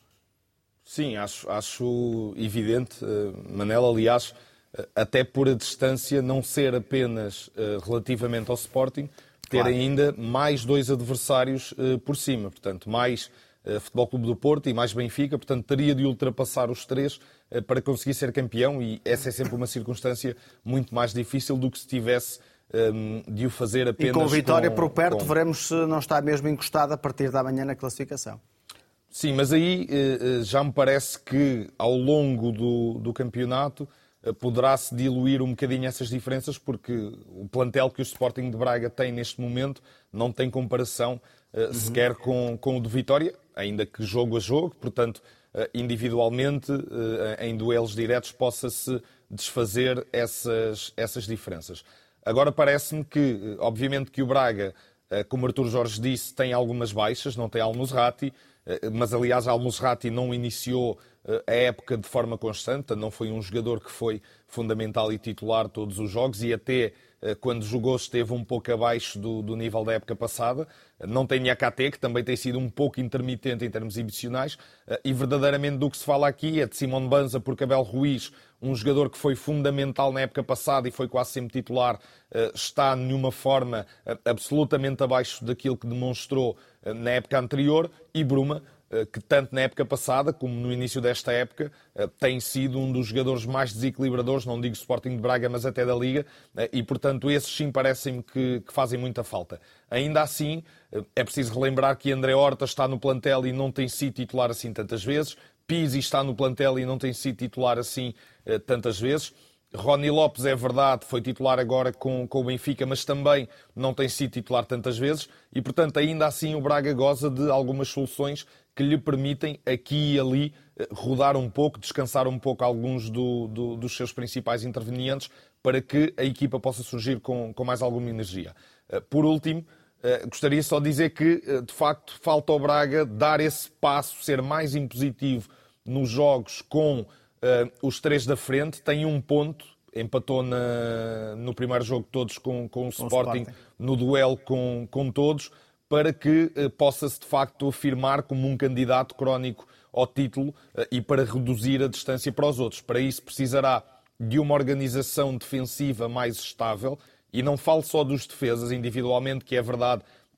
Sim, acho, acho evidente, Manel, aliás, até por a distância não ser apenas uh, relativamente ao Sporting, ter, claro, ainda mais dois adversários uh, por cima. Portanto, mais uh, Futebol Clube do Porto e mais Benfica. Portanto, teria de ultrapassar os três uh, para conseguir ser campeão. E essa é sempre uma circunstância muito mais difícil do que se tivesse um, de o fazer apenas com... E com vitória por perto, com... veremos se não está mesmo encostado a partir da manhã na classificação. Sim, mas aí uh, já me parece que ao longo do, do campeonato poderá-se diluir um bocadinho essas diferenças, porque o plantel que o Sporting de Braga tem neste momento não tem comparação uh, uhum. sequer com, com o do Vitória, ainda que jogo a jogo, portanto, uh, individualmente, uh, em duelos diretos, possa-se desfazer essas, essas diferenças. Agora parece-me que, obviamente, que o Braga, uh, como Artur Jorge disse, tem algumas baixas, não tem Al-Musrati, uh, mas aliás Al-Musrati não iniciou a época de forma constante, não foi um jogador que foi fundamental e titular todos os jogos e até quando jogou esteve um pouco abaixo do, do nível da época passada. Não tem Niakate, que também tem sido um pouco intermitente em termos exibicionais, e verdadeiramente do que se fala aqui é de Simón Banza por Abel Ruiz, um jogador que foi fundamental na época passada e foi quase sempre titular, está numa forma absolutamente abaixo daquilo que demonstrou na época anterior, e Bruma, que tanto na época passada como no início desta época tem sido um dos jogadores mais desequilibradores, não digo Sporting de Braga, mas até da Liga, e portanto esses sim parecem-me que, que fazem muita falta. Ainda assim, é preciso relembrar que André Horta está no plantel e não tem sido titular assim tantas vezes, Pizzi está no plantel e não tem sido titular assim tantas vezes, Rony Lopes, é verdade, foi titular agora com, com o Benfica, mas também não tem sido titular tantas vezes e, portanto, ainda assim o Braga goza de algumas soluções que lhe permitem aqui e ali rodar um pouco, descansar um pouco alguns do, do, dos seus principais intervenientes para que a equipa possa surgir com, com mais alguma energia. Por último, gostaria só de dizer que, de facto, falta ao Braga dar esse passo, ser mais impositivo nos jogos com Uh, os três da frente. Tem um ponto, empatou na, no primeiro jogo todos com, com o Sporting, Sporting, no duelo com, com todos, para que uh, possa-se de facto afirmar como um candidato crónico ao título uh, e para reduzir a distância para os outros. Para isso precisará de uma organização defensiva mais estável, e não falo só dos defesas individualmente, que é verdade,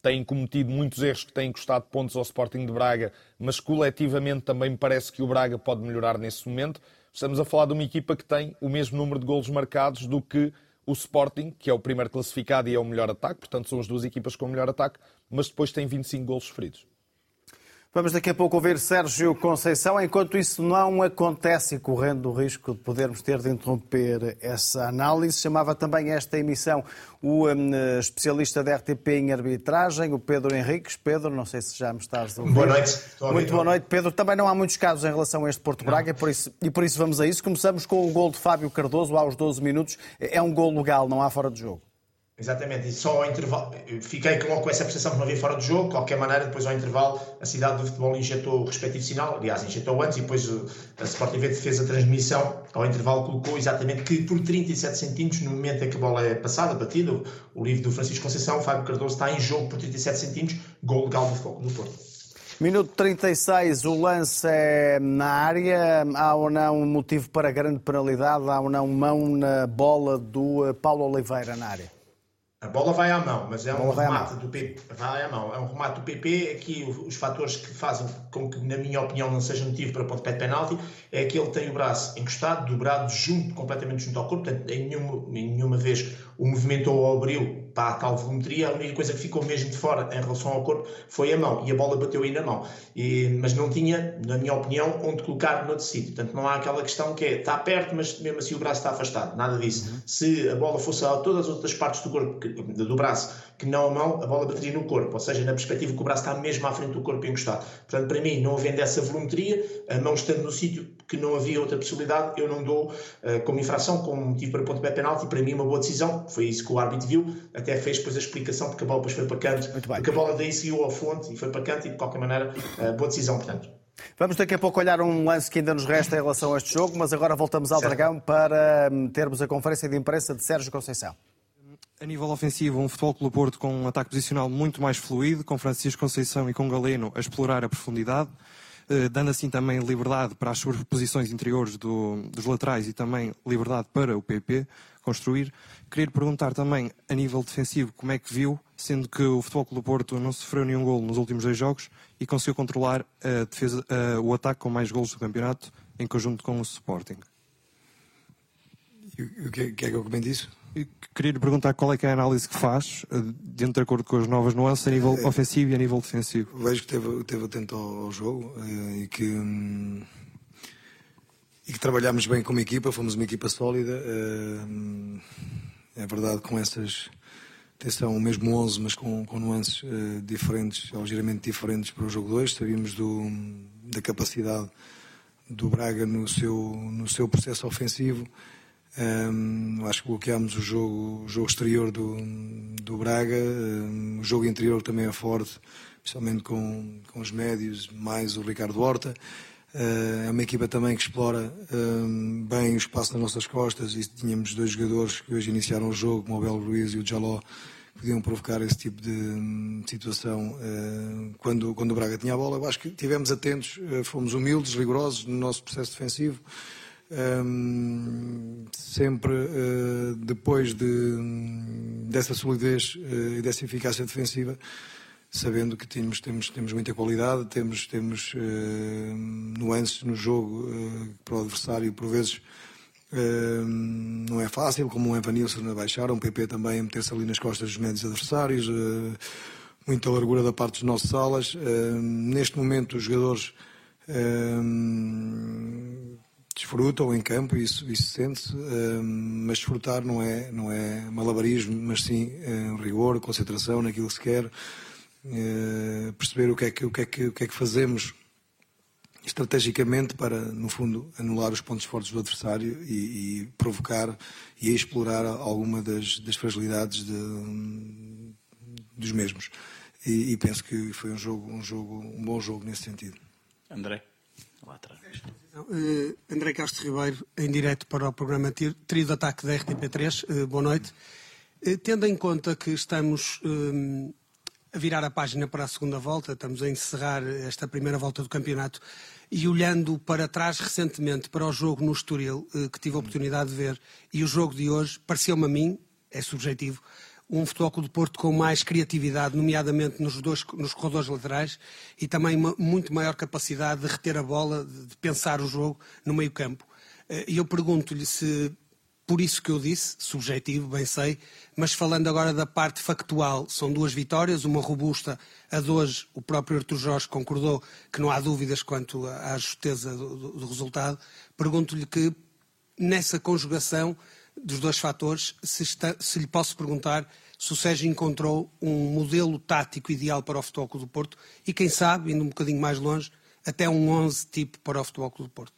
têm cometido muitos erros que têm custado pontos ao Sporting de Braga, mas coletivamente também me parece que o Braga pode melhorar nesse momento. Estamos a falar de uma equipa que tem o mesmo número de golos marcados do que o Sporting, que é o primeiro classificado e é o melhor ataque, portanto são as duas equipas com o melhor ataque, mas depois tem vinte e cinco golos sofridos. Vamos daqui a pouco ouvir Sérgio Conceição. Enquanto isso não acontece e correndo o risco de podermos ter de interromper essa análise, chamava também esta emissão o um, especialista da R T P em arbitragem, o Pedro Henriques. Pedro, não sei se já me estás a ouvir. Boa noite. Estou a Muito ouvir. boa noite, Pedro. Também não há muitos casos em relação a este Porto Braga e por, isso, e por isso vamos a isso. Começamos com o gol de Fábio Cardoso aos doze minutos. É um gol legal, não há fora de jogo. Exatamente, e só ao intervalo, fiquei com essa percepção que não havia fora do jogo. De qualquer maneira, depois ao intervalo, a cidade do futebol injetou o respectivo sinal, aliás, injetou antes, e depois a Sport T V fez a transmissão. Ao intervalo colocou exatamente que por trinta e sete centímetros, no momento em que a bola é passada, batida, o livro do Francisco Conceição, o Fábio Cardoso está em jogo por trinta e sete centímetros, gol legal do Porto. Minuto trinta e seis, o lance é na área. Há ou não motivo para grande penalidade? Há ou não mão na bola do Paulo Oliveira na área? A bola vai à mão, mas é um remate à do P P. Vai à mão, é um remate do P P. Aqui os fatores que fazem com que, na minha opinião, não seja motivo para pontapé de penalti é que ele tem o braço encostado, dobrado, junto, completamente junto ao corpo. Portanto, em nenhuma, em nenhuma vez o movimentou ou abriu para a tal volumetria. A única coisa que ficou mesmo de fora em relação ao corpo foi a mão. E a bola bateu aí na mão. E, mas não tinha, na minha opinião, onde colocar noutro sítio. Portanto, não há aquela questão que é, está perto, mas mesmo assim o braço está afastado. Nada disso. Uhum. Se a bola fosse a todas as outras partes do corpo, do braço, que não a mão, a bola bateria no corpo. Ou seja, na perspectiva que o braço está mesmo à frente do corpo encostado. Portanto, para mim, não havendo essa volumetria, a mão estando no sítio que não havia outra possibilidade, eu não dou uh, como infração, como motivo para pontapé penalti. Para mim, uma boa decisão. Foi isso que o árbitro viu. Até fez depois a explicação, porque a bola depois foi para canto. Porque a bola daí seguiu ao fonte e foi para canto e, de qualquer maneira, uh, boa decisão, portanto. Vamos daqui a pouco olhar um lance que ainda nos resta em relação a este jogo, mas agora voltamos ao certo. Dragão para termos a conferência de imprensa de Sérgio Conceição. A nível ofensivo, um Futebol Clube Porto com um ataque posicional muito mais fluido, com Francisco Conceição e com Galeno a explorar a profundidade, dando assim também liberdade para as superposições interiores do, dos laterais e também liberdade para o P P construir. Queria perguntar também, a nível defensivo, como é que viu, sendo que o Futebol Clube Porto não sofreu nenhum golo nos últimos dois jogos e conseguiu controlar a defesa, a, o ataque com mais golos do campeonato, em conjunto com o Sporting. O que, que é que eu comento isso? Queria lhe perguntar qual é que é a análise que faz, dentro de acordo com as novas nuances, a nível é, ofensivo e a nível defensivo. Vejo que esteve, esteve atento ao, ao jogo e que, e que trabalhámos bem como equipa, fomos uma equipa sólida. É verdade, com essas, atenção, o mesmo onze, mas com, com nuances diferentes, ligeiramente diferentes para o jogo dois. Sabíamos do, da capacidade do Braga no seu, no seu processo ofensivo. Um, acho que bloqueámos o jogo, o jogo exterior do, do Braga, um, o jogo interior também é forte, especialmente com, com os médios, mais o Ricardo Horta. Uh, é uma equipa também que explora um, bem o espaço nas nossas costas e tínhamos dois jogadores que hoje iniciaram o jogo, como o Abel Ruiz e o Jaló, que podiam provocar esse tipo de um, situação uh, quando, quando o Braga tinha a bola. Eu acho que estivemos atentos, uh, fomos humildes, rigorosos no nosso processo defensivo. Um, sempre uh, depois de, dessa solidez uh, e dessa eficácia defensiva, sabendo que temos, temos, temos muita qualidade, temos, temos uh, nuances no jogo uh, para o adversário, por vezes uh, não é fácil, como um Evanilson a baixar, um P P também a meter-se ali nas costas dos médios adversários, uh, muita largura da parte dos nossos alas. Uh, neste momento os jogadores uh, desfrutam em campo, isso, isso sente-se, uh, mas desfrutar não é, não é malabarismo, mas sim uh, rigor, concentração naquilo que se quer, uh, perceber o que, é que, o, que é que, o que é que fazemos estrategicamente para, no fundo, anular os pontos fortes do adversário e, e provocar e explorar alguma das, das fragilidades de, dos mesmos. E, e penso que foi um jogo, um jogo, um bom jogo nesse sentido. André, lá atrás. Uh, André Castro Ribeiro, em direto para o programa Trio de Ataque da R T P três. Uh, boa noite. Uh, tendo em conta que estamos uh, a virar a página para a segunda volta, estamos a encerrar esta primeira volta do campeonato, e olhando para trás recentemente para o jogo no Estoril, uh, que tive a oportunidade de ver, e o jogo de hoje, pareceu-me a mim, é subjetivo, um Futebol Clube do Porto com mais criatividade, nomeadamente nos, dois, nos corredores laterais, e também uma muito maior capacidade de reter a bola, de pensar o jogo no meio-campo. E eu pergunto-lhe se, por isso que eu disse, subjetivo, bem sei, mas falando agora da parte factual, são duas vitórias, uma robusta, a de hoje o próprio Artur Jorge concordou que não há dúvidas quanto à justeza do, do, do resultado. Pergunto-lhe que, nessa conjugação dos dois fatores, se, está, se lhe posso perguntar se o Sérgio encontrou um modelo tático ideal para o Futebol Clube do Porto e, quem sabe, indo um bocadinho mais longe, até um onze tipo para o Futebol Clube do Porto.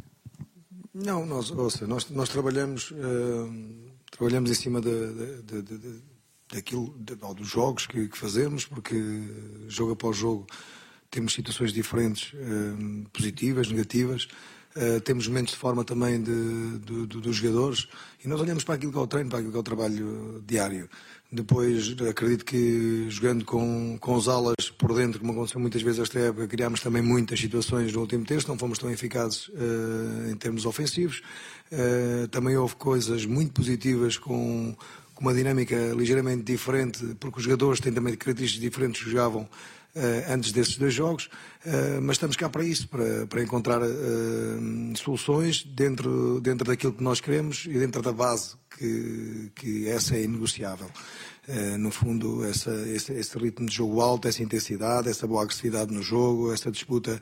Não, nós, ouça, nós, nós trabalhamos, uh, trabalhamos em cima de, de, de, de, daquilo, de, dos jogos que, que fazemos, porque jogo após jogo temos situações diferentes, uh, positivas, negativas, uh, temos momentos de forma também de, de, de, dos jogadores, e nós olhamos para aquilo que é o treino, para aquilo que é o trabalho diário. Depois, acredito que jogando com, com os alas por dentro, como aconteceu muitas vezes esta época, criámos também muitas situações no último terço, não fomos tão eficazes uh, em termos ofensivos. Uh, também houve coisas muito positivas com, com uma dinâmica ligeiramente diferente, porque os jogadores têm também características diferentes que jogavam uh, antes desses dois jogos, uh, mas estamos cá para isso, para, para encontrar uh, soluções dentro, dentro daquilo que nós queremos e dentro da base que, que essa é inegociável. Uh, no fundo, essa, esse, esse ritmo de jogo alto, essa intensidade, essa boa agressividade no jogo, essa disputa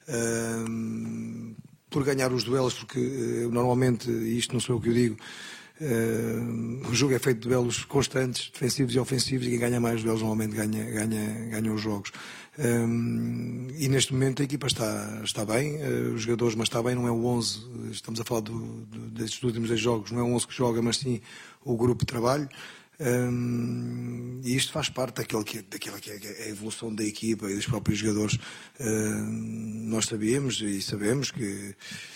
uh, por ganhar os duelos, porque uh, normalmente, e isto não sou eu que o digo, uh, o jogo é feito de duelos constantes, defensivos e ofensivos, e quem ganha mais duelos normalmente ganha, ganha, ganha os jogos. Um, e neste momento a equipa está, está bem, uh, os jogadores, mas está bem, não é o onze, estamos a falar do, do, destes últimos dois jogos, não é o onze que joga, mas sim o grupo de trabalho. Um, e isto faz parte daquilo que, daquilo que é a evolução da equipa e dos próprios jogadores. Um, nós sabíamos e sabemos que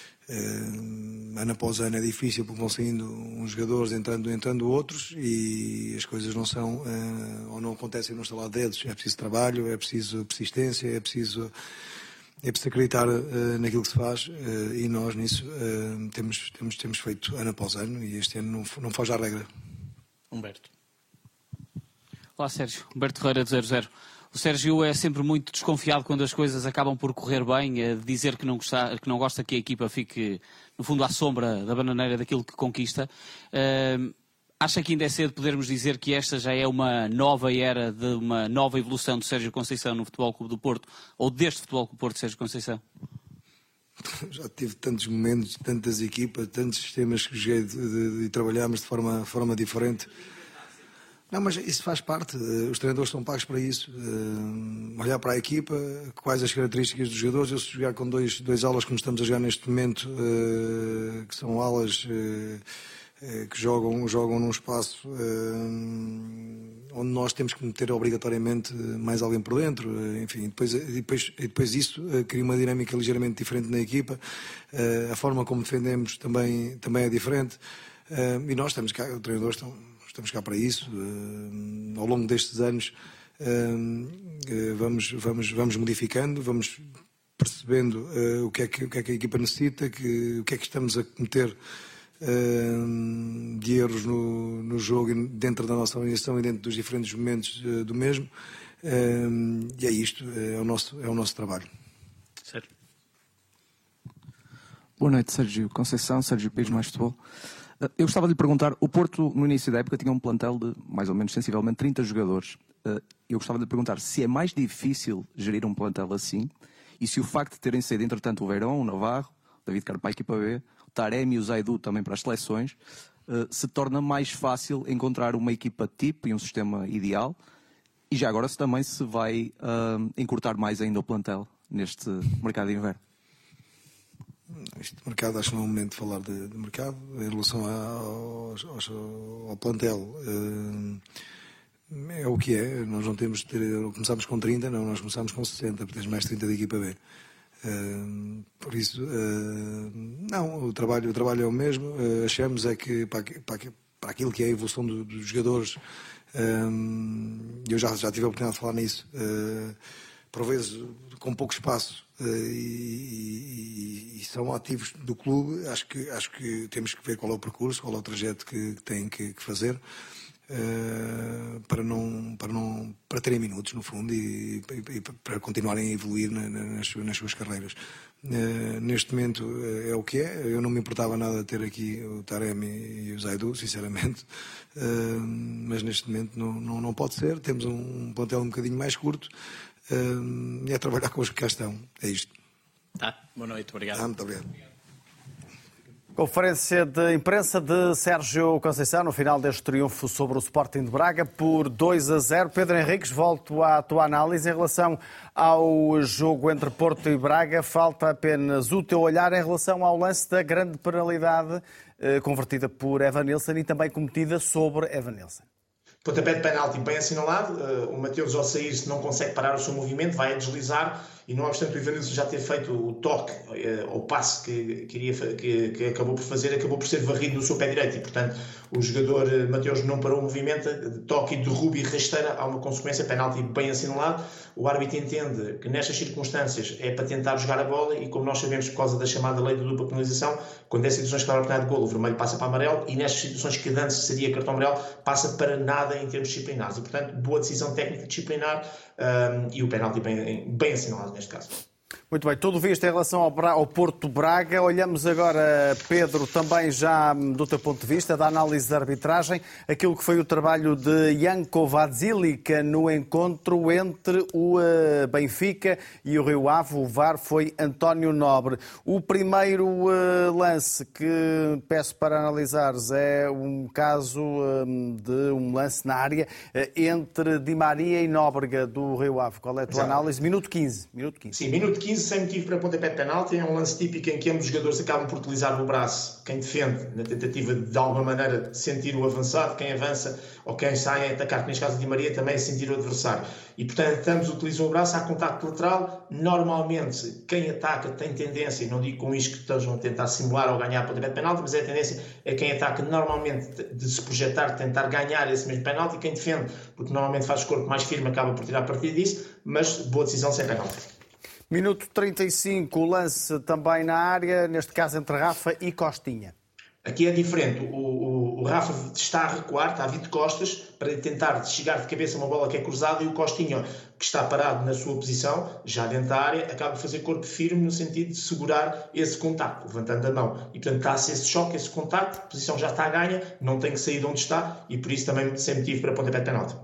Uh, ano após ano é difícil porque vão saindo uns jogadores, entrando, entrando outros, e as coisas não são uh, ou não acontecem no estalar de dedos. É preciso trabalho, é preciso persistência, é preciso, é preciso acreditar uh, naquilo que se faz, uh, e nós nisso uh, temos, temos, temos feito ano após ano, e este ano não, não foge à regra. Humberto. Olá, Sérgio. Humberto Ferreira, de zero zero. O Sérgio é sempre muito desconfiado quando as coisas acabam por correr bem, a dizer que não, gosta, que não gosta que a equipa fique, no fundo, à sombra da bananeira daquilo que conquista. Uh, acha que ainda é cedo podermos dizer que esta já é uma nova era de uma nova evolução de Sérgio Conceição no Futebol Clube do Porto, ou deste Futebol Clube do Porto de Sérgio Conceição? Já tive tantos momentos, tantas equipas, tantos sistemas que joguei e trabalhámos de forma, forma diferente. Não, mas isso faz parte, os treinadores estão pagos para isso, uh, olhar para a equipa, quais as características dos jogadores. Eu, se jogar com dois, dois alas como estamos a jogar neste momento, uh, que são alas uh, uh, que jogam, jogam num espaço uh, onde nós temos que meter obrigatoriamente mais alguém por dentro, uh, enfim, depois, depois, depois isso uh, cria uma dinâmica ligeiramente diferente na equipa, uh, a forma como defendemos também, também é diferente, uh, e nós estamos cá, os treinadores estão... Estamos cá para isso. Uh, ao longo destes anos uh, uh, vamos, vamos, vamos modificando, vamos percebendo uh, o, que é que, o que é que a equipa necessita, que, o que é que estamos a cometer uh, de erros no, no jogo, dentro da nossa organização e dentro dos diferentes momentos uh, do mesmo. Uh, e é isto, é o nosso, é o nosso trabalho. Sérgio. Boa noite, Sérgio Conceição, Sérgio Pires, Mais Futebol. Eu gostava de lhe perguntar, o Porto no início da época tinha um plantel de mais ou menos sensivelmente trinta jogadores. Eu gostava de lhe perguntar se é mais difícil gerir um plantel assim, e se o facto de terem saído entretanto o Verón, o Navarro, o David Carmo para a equipa B, o Taremi e o Zaidu também para as seleções, se torna mais fácil encontrar uma equipa tipo e um sistema ideal, e já agora se também se vai uh, encurtar mais ainda o plantel neste mercado de inverno. Este mercado, acho que não é o momento de falar de, de mercado. Em relação ao, ao, ao plantel, é o que é. Nós não temos de ter, começámos com trinta, não, nós começámos com sessenta, porque temos mais trinta de equipa B. Por isso, não, o trabalho, o trabalho é o mesmo. Achamos é que para, para, para aquilo que é a evolução do, dos jogadores, eu já, já tive a oportunidade de falar nisso, por vezes com pouco espaço, uh, e, e, e são ativos do clube, acho que, acho que temos que ver qual é o percurso, qual é o trajeto que, que têm que, que fazer. Uh, para, não, para, não, para terem minutos, no fundo, e, e, e para continuarem a evoluir na, nas, nas suas carreiras. Uh, neste momento uh, é o que é. Eu não me importava nada de ter aqui o Taremi e o Zaidu, sinceramente, uh, mas neste momento não, não, não pode ser. Temos um, um plantel um bocadinho mais curto uh, e é trabalhar com os que cá estão. É isto. Tá, boa noite, obrigado. Ah, muito obrigado. Conferência de imprensa de Sérgio Conceição no final deste triunfo sobre o Sporting de Braga por dois a zero. Pedro Henriques, volto à tua análise em relação ao jogo entre Porto e Braga. Falta apenas o teu olhar em relação ao lance da grande penalidade eh, convertida por Evanilson e também cometida sobre Evanilson. Pontapé de penalti bem assinalado. O Mateus, ao sair, se não consegue parar o seu movimento, vai a deslizar e, não obstante o Evanilson já ter feito o toque ou passe que, queria, que, que acabou por fazer, acabou por ser varrido no seu pé direito e, portanto, o jogador Mateus não parou o movimento, toque, derrubo e rasteira, há uma consequência, penalti bem assinalado. O árbitro entende que nestas circunstâncias é para tentar jogar a bola e, como nós sabemos, por causa da chamada lei de dupla penalização, quando é situações que dá a oportunidade de golo, o vermelho passa para amarelo e nestas situações que antes seria cartão amarelo, passa para nada em termos disciplinares. E, portanto, boa decisão técnica disciplinar um, e o penalti bem, bem assinalado neste caso. Muito bem, tudo visto em relação ao, Bra... ao Porto Braga. Olhamos agora, Pedro, também já do teu ponto de vista, da análise da arbitragem, aquilo que foi o trabalho de Janko Vadzilica no encontro entre o uh, Benfica e o Rio Ave. O V A R foi António Nobre. O primeiro uh, lance que peço para analisares é um caso um, de um lance na área uh, entre Di Maria e Nóbrega do Rio Ave. Qual é a tua Exato. análise? Minuto quinze. Minuto quinze. Sim, minuto quinze, sem motivo para pontapé de penalti. É um lance típico em que ambos os jogadores acabam por utilizar o braço, quem defende, na tentativa de, de alguma maneira, sentir o avançado, quem avança ou quem sai a atacar, que neste caso de Maria, também sentir o adversário. E, portanto, ambos utilizam o braço, há contacto lateral. Normalmente, quem ataca tem tendência, e não digo com isto que estejam a tentar simular ou ganhar pontapé de penalti, mas é a tendência é quem ataca normalmente de se projetar, de tentar ganhar esse mesmo penalti, e quem defende, porque normalmente faz o corpo mais firme, acaba por tirar partido disso, mas boa decisão sem penalti. Minuto trinta e cinco, o lance também na área, neste caso entre Rafa e Costinha. Aqui é diferente, o, o, o Rafa está a recuar, está a vir de costas para tentar chegar de cabeça a uma bola que é cruzada e o Costinha, que está parado na sua posição, já dentro da área, acaba de fazer corpo firme no sentido de segurar esse contacto, levantando a mão. E portanto está-se esse choque, esse contacto, a posição já está a ganha, não tem que sair de onde está e por isso também sem motivo para pontapé de penalti.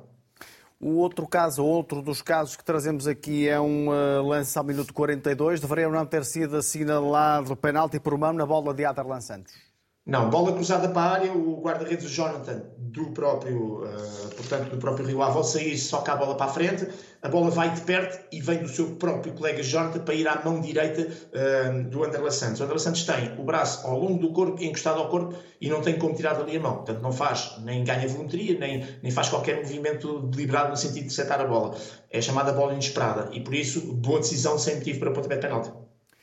O outro caso, outro dos casos que trazemos aqui é um uh, lance ao minuto quarenta e dois. Deveria não ter sido assinalado o penalti por mão na bola de Aderlan Santos. Não, bola cruzada para a área, o guarda-redes Jonathan, do próprio, uh, portanto, do próprio Rio Ave, ao sair, soca a bola para a frente, a bola vai de perto e vem do seu próprio colega Jonathan para ir à mão direita uh, do Aderlan Santos. O Aderlan Santos tem o braço ao longo do corpo, encostado ao corpo, e não tem como tirar dali a mão. Portanto, não faz, nem ganha voluntaria, nem, nem faz qualquer movimento deliberado no sentido de setar a bola. É chamada bola inesperada e, por isso, boa decisão sem motivo para pontapé de penalti.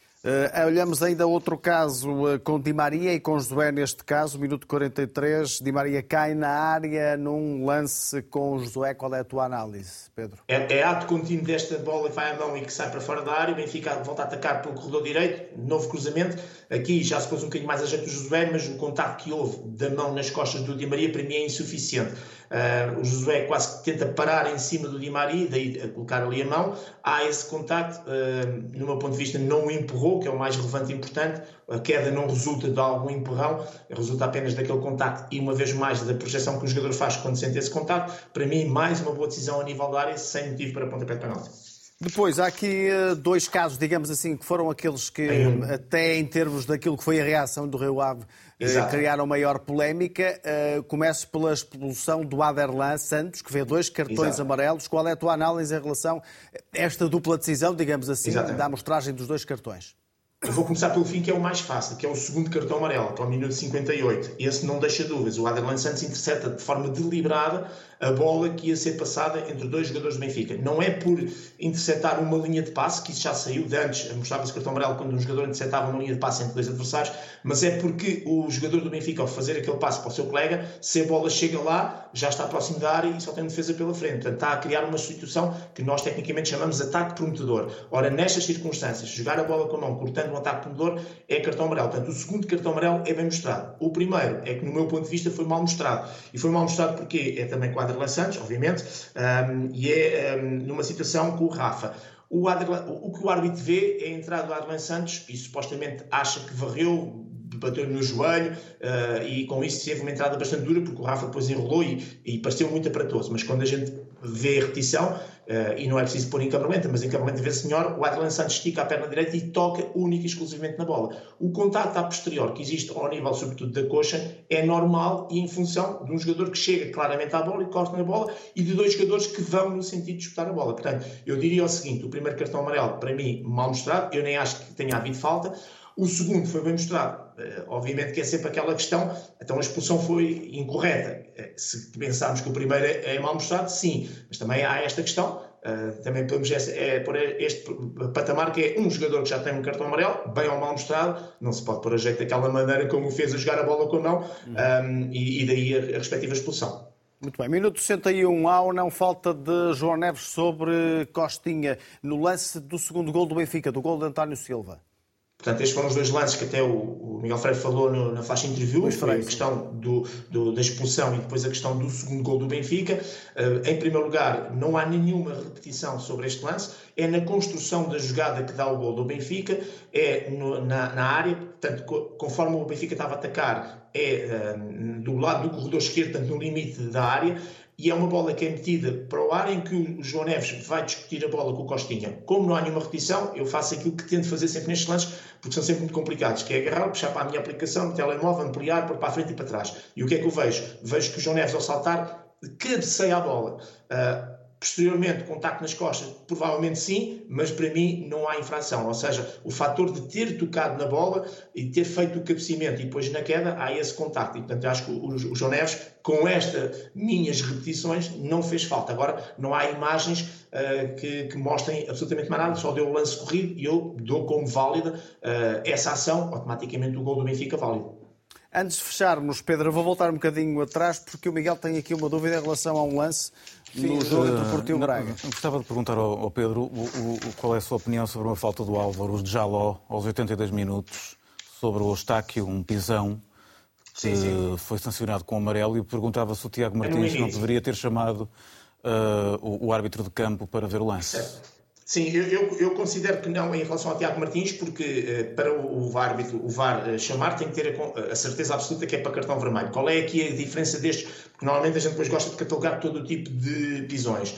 Uh, olhamos ainda outro caso uh, com Di Maria e com Josué neste caso, minuto quarenta e três, Di Maria cai na área num lance com Josué. Qual é a tua análise, Pedro? É, é ato contínuo desta bola que vai à mão e que sai para fora da área, o Benfica volta a atacar pelo corredor direito, novo cruzamento, aqui já se pôs um bocadinho mais a jeito do Josué, mas o contacto que houve da mão nas costas do Di Maria para mim é insuficiente. Uh, o Josué quase que tenta parar em cima do Di Maria, daí a colocar ali a mão, há esse contacto, uh, no meu ponto de vista não o empurrou, que é o mais relevante e importante, a queda não resulta de algum empurrão, resulta apenas daquele contacto e uma vez mais da projeção que o jogador faz quando sente esse contacto. Para mim, mais uma boa decisão a nível da área, sem motivo para pontapé de penalti. Depois, há aqui dois casos, digamos assim, que foram aqueles que, um... até em termos daquilo que foi a reação do Rio Ave, Exato. criaram maior polémica. Começo pela expulsão do Aderlan Santos, que vê dois cartões Exato. amarelos. Qual é a tua análise em relação a esta dupla decisão, digamos assim, Exatamente. da amostragem dos dois cartões? Eu vou começar pelo fim, que é o mais fácil, que é o segundo cartão amarelo, que é o minuto cinquenta e oito. Esse não deixa dúvidas. O Aderlan Santos intercepta de forma deliberada a bola que ia ser passada entre dois jogadores do Benfica. Não é por interceptar uma linha de passe, que isso já saiu de antes, mostrava-se cartão amarelo quando um jogador interceptava uma linha de passe entre dois adversários, mas é porque o jogador do Benfica, ao fazer aquele passe para o seu colega, se a bola chega lá, já está próximo da área e só tem defesa pela frente. Portanto, está a criar uma situação que nós tecnicamente chamamos de ataque prometedor. Ora, nestas circunstâncias, jogar a bola com a mão, cortando um ataque prometedor, é cartão amarelo. Portanto, o segundo cartão amarelo é bem mostrado. O primeiro é que, no meu ponto de vista, foi mal mostrado. E foi mal mostrado porque é também quase Aderlan Santos, obviamente, um, e é um, numa situação com o Rafa. O, Aderlan, o que o árbitro vê é a entrada do Aderlan Santos e supostamente acha que varreu, bateu-lhe no joelho uh, e com isso teve uma entrada bastante dura porque o Rafa depois enrolou e, e pareceu muito aparatoso, mas quando a gente vê a repetição, uh, e não é preciso pôr em câmara lenta, mas em câmara lenta vê-se melhor, o Aderlan Santos estica a perna direita e toca única e exclusivamente na bola. O contacto à posterior que existe ao nível sobretudo da coxa é normal e em função de um jogador que chega claramente à bola e corta na bola e de dois jogadores que vão no sentido de disputar a bola. Portanto, eu diria o seguinte, o primeiro cartão amarelo para mim mal mostrado, eu nem acho que tenha havido falta. O segundo foi bem mostrado. Uh, obviamente que é sempre aquela questão, então a expulsão foi incorreta. Uh, se pensarmos que o primeiro é, é mal mostrado, sim. Mas também há esta questão, uh, também podemos é, pôr este patamar que é um jogador que já tem um cartão amarelo, bem ou mal mostrado, não se pode pôr a jeito daquela maneira como o fez a jogar a bola com a mão, um, e, e daí a, a respectiva expulsão. Muito bem, minuto sessenta e um, há ou não falta de João Neves sobre Costinha no lance do segundo gol do Benfica, do gol de António Silva? Portanto, estes foram os dois lances que até o, o Miguel Freire falou no, na faixa interview, foi a questão do, do, da expulsão e depois a questão do segundo gol do Benfica. Uh, em primeiro lugar, não há nenhuma repetição sobre este lance, é na construção da jogada que dá o gol do Benfica, é no, na, na área, portanto, co, conforme o Benfica estava a atacar, é uh, do lado do corredor esquerdo, portanto, no limite da área, e é uma bola que é metida para o ar em que o João Neves vai discutir a bola com o Costinha. Como não há nenhuma repetição, eu faço aquilo que tento fazer sempre nestes lances, porque são sempre muito complicados, que é agarrar, puxar para a minha aplicação, no telemóvel, ampliar, pôr para a frente e para trás. E o que é que eu vejo? Vejo que o João Neves, ao saltar, cabeceia a bola. Uh, Posteriormente, contacto nas costas, provavelmente sim, mas para mim não há infração. Ou seja, o fator de ter tocado na bola e ter feito o cabeceamento e depois na queda, há esse contacto. E, portanto, eu acho que o, o João Neves, com estas minhas repetições, não fez falta. Agora, não há imagens uh, que, que mostrem absolutamente mais nada, só deu o lance corrido e eu dou como válida uh, essa ação, automaticamente o gol do Benfica válido. Antes de fecharmos, Pedro, eu vou voltar um bocadinho atrás, porque o Miguel tem aqui uma dúvida em relação a um lance no Sim, jogo entre o Porto e o Braga. Gostava de perguntar ao, ao Pedro o, o, qual é a sua opinião sobre uma falta do Álvaro de Jaló aos oitenta e dois minutos, sobre o Eustáquio, um pisão, que sim, sim. foi sancionado com amarelo, e perguntava se o Tiago Martins é não deveria ter chamado uh, o, o árbitro de campo para ver o lance. Certo. Sim, eu, eu, eu considero que não em relação ao Tiago Martins, porque uh, para o, o árbitro, o V A R uh, chamar, tem que ter a, a certeza absoluta que é para cartão vermelho. Qual é aqui a diferença destes? Porque normalmente a gente depois gosta de catalogar todo o tipo de pisões.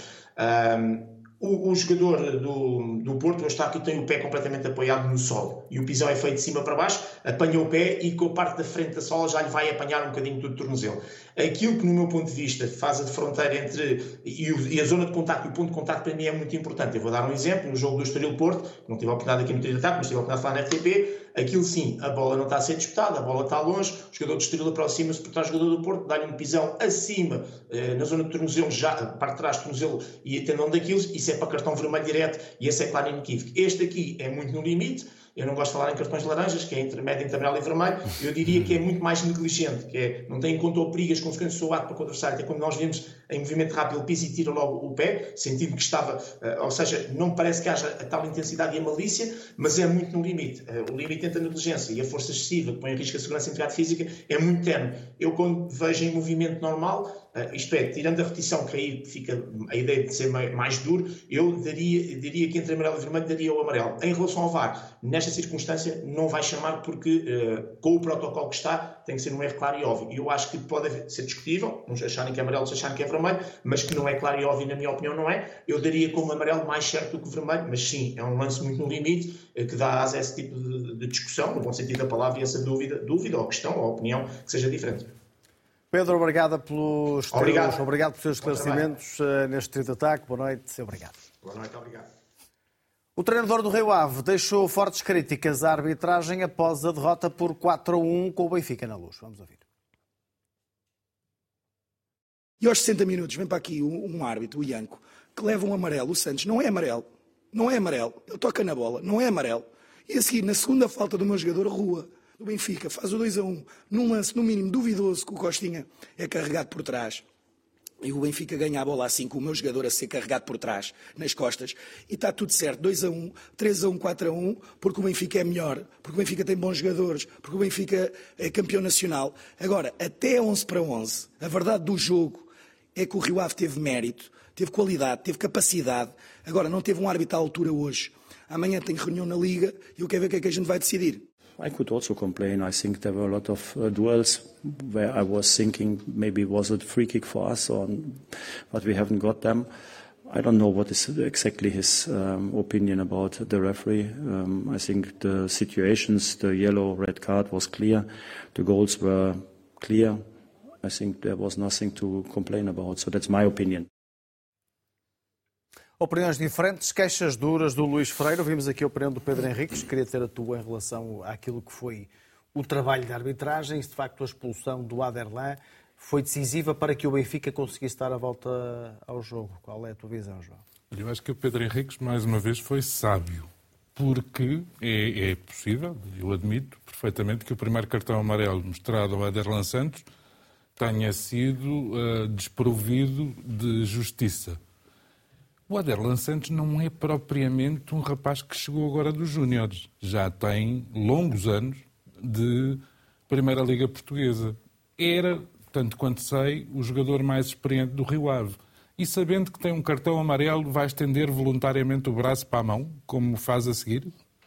Um, o, o jogador do, do Porto, o Eustáquio, tem o pé completamente apoiado no solo e o pisão é feito de cima para baixo, apanha o pé e com a parte da frente da sola já lhe vai apanhar um bocadinho do tornozelo. Aquilo que, no meu ponto de vista, faz a de fronteira entre e, o, e a zona de contacto e o ponto de contacto para mim é muito importante. Eu vou dar um exemplo, no jogo do Estoril-Porto, não tive a oportunidade aqui no trio de ataque, mas tive a oportunidade de falar na R T P, aquilo sim, a bola não está a ser disputada, a bola está longe, o jogador do Estoril aproxima-se por trás do jogador do Porto, dá-lhe um pisão acima, eh, na zona do tornozelo, já, parte de trás do tornozelo e tendão daquilo, isso é para cartão vermelho direto e esse é claro e inequívoco. Este aqui é muito no limite. Eu não gosto de falar em cartões laranjas, que é intermédio entre amarelo e vermelho. Eu diria que é muito mais negligente, que é, não tem em conta o perigo, as consequências do ato para o adversário. É quando nós vemos em movimento rápido, ele pisa e tira logo o pé, sentindo que estava, uh, ou seja, não parece que haja a tal intensidade e a malícia, mas é muito no limite. Uh, o limite entre a negligência e a força excessiva, que põe em risco a segurança e a integridade física, é muito terno. Eu, quando vejo em movimento normal, uh, isto é, tirando a repetição, que aí fica a ideia de ser mais, mais duro, eu daria, diria que entre amarelo e vermelho daria o amarelo. Em relação ao V A R, nesta circunstância, não vai chamar porque, uh, com o protocolo que está, tem que ser um erro claro e óbvio. E eu acho que pode ser discutível, uns acharem que é amarelo, outros acharem que é vermelho, mas que não é claro e óbvio, na minha opinião, não é. Eu daria como amarelo mais certo do que vermelho, mas sim, é um lance muito no limite, uh, que dá asa a esse tipo de, de discussão, no bom sentido da palavra, e essa dúvida, dúvida ou questão ou opinião que seja diferente. Pedro, obrigado pelos obrigado. Teus, obrigado pelos seus esclarecimentos uh, neste trio de ataque. Boa noite, obrigado. Boa noite, obrigado. O treinador do Rio Ave deixou fortes críticas à arbitragem após a derrota por quatro a um com o Benfica na Luz. Vamos ouvir. E aos sessenta minutos vem para aqui um, um árbitro, o Ianco, que leva um amarelo. O Santos não é amarelo. Não é amarelo. Ele toca na bola. Não é amarelo. E a seguir, na segunda falta do meu jogador, Rua, do Benfica, faz o dois a um, num lance, no mínimo, duvidoso, que o Costinha é carregado por trás. E o Benfica ganha a bola assim, com o meu jogador a ser carregado por trás, nas costas. E está tudo certo, dois a um, três a um, quatro a um, porque o Benfica é melhor, porque o Benfica tem bons jogadores, porque o Benfica é campeão nacional. Agora, até onze para onze, a verdade do jogo é que o Rio Ave teve mérito, teve qualidade, teve capacidade. Agora, não teve um árbitro à altura hoje. Amanhã tem reunião na Liga e eu quero ver o que é que a gente vai decidir. I could also complain. I think there were a lot of uh, duels where I was thinking maybe it was a free kick for us, or, but we haven't got them. I don't know what is exactly his um, opinion about the referee. Um, I think the situations, the yellow-red card was clear. The goals were clear. I think there was nothing to complain about. So that's my opinion. Opiniões diferentes, queixas duras do Luís Freire. Vimos aqui a opinião do Pedro Henriques. Queria ter a tua em relação àquilo que foi o trabalho de arbitragem. Se de facto a expulsão do Aderlan foi decisiva para que o Benfica conseguisse dar a volta ao jogo. Qual é a tua visão, João? Eu acho que o Pedro Henriques, mais uma vez, foi sábio. Porque é, é possível, eu admito perfeitamente, que o primeiro cartão amarelo mostrado ao Aderlan Santos tenha sido uh, desprovido de justiça. O Aderlan Santos não é propriamente um rapaz que chegou agora dos júniores. Já tem longos anos de Primeira Liga Portuguesa. Era, tanto quanto sei, o jogador mais experiente do Rio Ave. E sabendo que tem um cartão amarelo, vai estender voluntariamente o braço para a mão, como faz a seguir?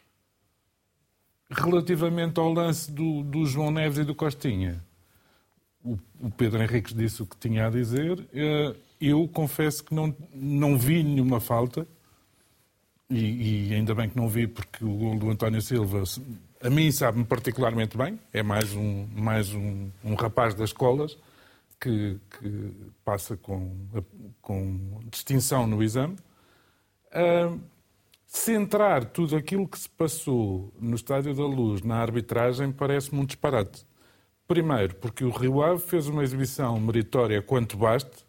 Relativamente ao lance do, do João Neves e do Costinha, o, o Pedro Henriques disse o que tinha a dizer. Eu confesso que não, não vi nenhuma falta, e, e ainda bem que não vi, porque o gol do António Silva, a mim, sabe-me particularmente bem. É mais um, mais um, um rapaz das escolas que, que passa com, com distinção no exame. Uh, centrar tudo aquilo que se passou no Estádio da Luz na arbitragem parece-me um disparate. Primeiro, porque o Rio Ave fez uma exibição meritória quanto baste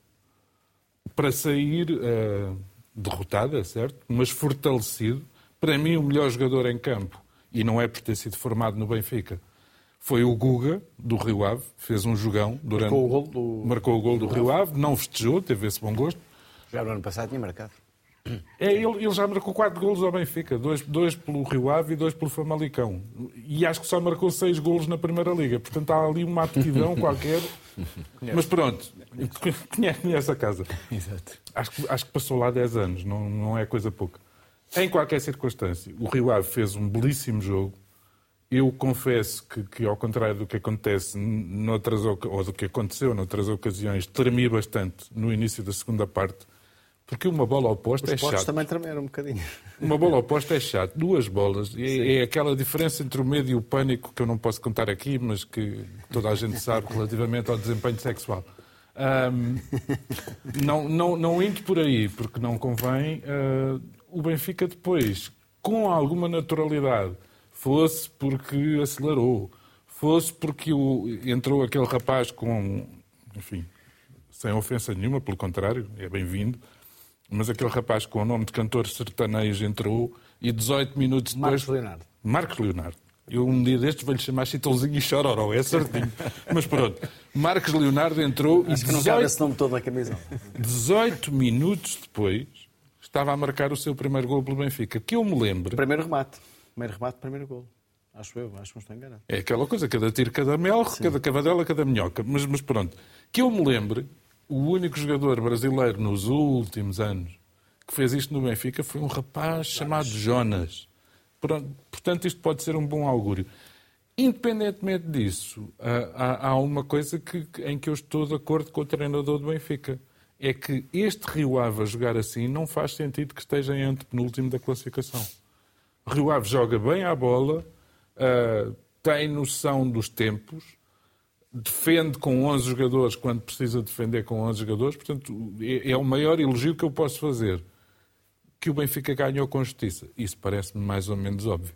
para sair uh, derrotada, certo? Mas fortalecido. Para mim, o melhor jogador em campo, e não é por ter sido formado no Benfica, foi o Guga, do Rio Ave. Fez um jogão durante... Marcou o gol do, Marcou o gol do Rio Ave, não festejou, teve esse bom gosto. Já no ano passado tinha marcado. É, ele, ele já marcou quatro golos ao Benfica, dois, dois pelo Rio Ave e dois pelo Famalicão. E acho que só marcou seis golos na Primeira Liga. Portanto, há ali uma aptidão qualquer. Mas pronto, conhece, conhece a casa. Exato. Acho que, acho que passou lá dez anos, não, não é coisa pouca. Em qualquer circunstância, o Rio Ave fez um belíssimo jogo. Eu confesso que, que ao contrário do que acontece noutras, ou do que aconteceu noutras ocasiões, tremi bastante no início da segunda parte. Porque uma bola oposta é chato. Os postos também tremeram um bocadinho. Uma bola oposta é chato. Duas bolas. É, é aquela diferença entre o medo e o pânico que eu não posso contar aqui, mas que toda a gente sabe relativamente ao desempenho sexual. Um, não, não, não indo por aí, porque não convém, uh, o Benfica depois, com alguma naturalidade, fosse porque acelerou, fosse porque o, entrou aquele rapaz com, enfim, sem ofensa nenhuma, pelo contrário, é bem-vindo, mas aquele rapaz com o nome de cantor sertanejo entrou e dezoito minutos depois... Marcos Leonardo. Marcos Leonardo. Eu um dia destes vou-lhe chamar Chitãozinho e Chororó, é certinho. Mas pronto, Marcos Leonardo entrou Acho e que não cabe esse nome todo na camisola. dezoito minutos depois estava a marcar o seu primeiro gol pelo Benfica. Que eu me lembro... Primeiro remate. Primeiro remate, primeiro gol. Acho eu, acho que não estou enganado. É aquela coisa, cada tiro, cada mel, Sim. cada cavadela, cada minhoca. Mas, mas pronto, que eu me lembre, o único jogador brasileiro nos últimos anos que fez isto no Benfica foi um rapaz chamado Jonas. Portanto, isto pode ser um bom augúrio. Independentemente disso, há, há uma coisa que, em que eu estou de acordo com o treinador do Benfica. É que este Rio Ave a jogar assim não faz sentido que esteja em antepenúltimo da classificação. O Rio Ave joga bem à bola, uh, tem noção dos tempos, defende com onze jogadores quando precisa defender com onze jogadores. Portanto, é, é o maior elogio que eu posso fazer. Que o Benfica ganhou com justiça. Isso parece-me mais ou menos óbvio.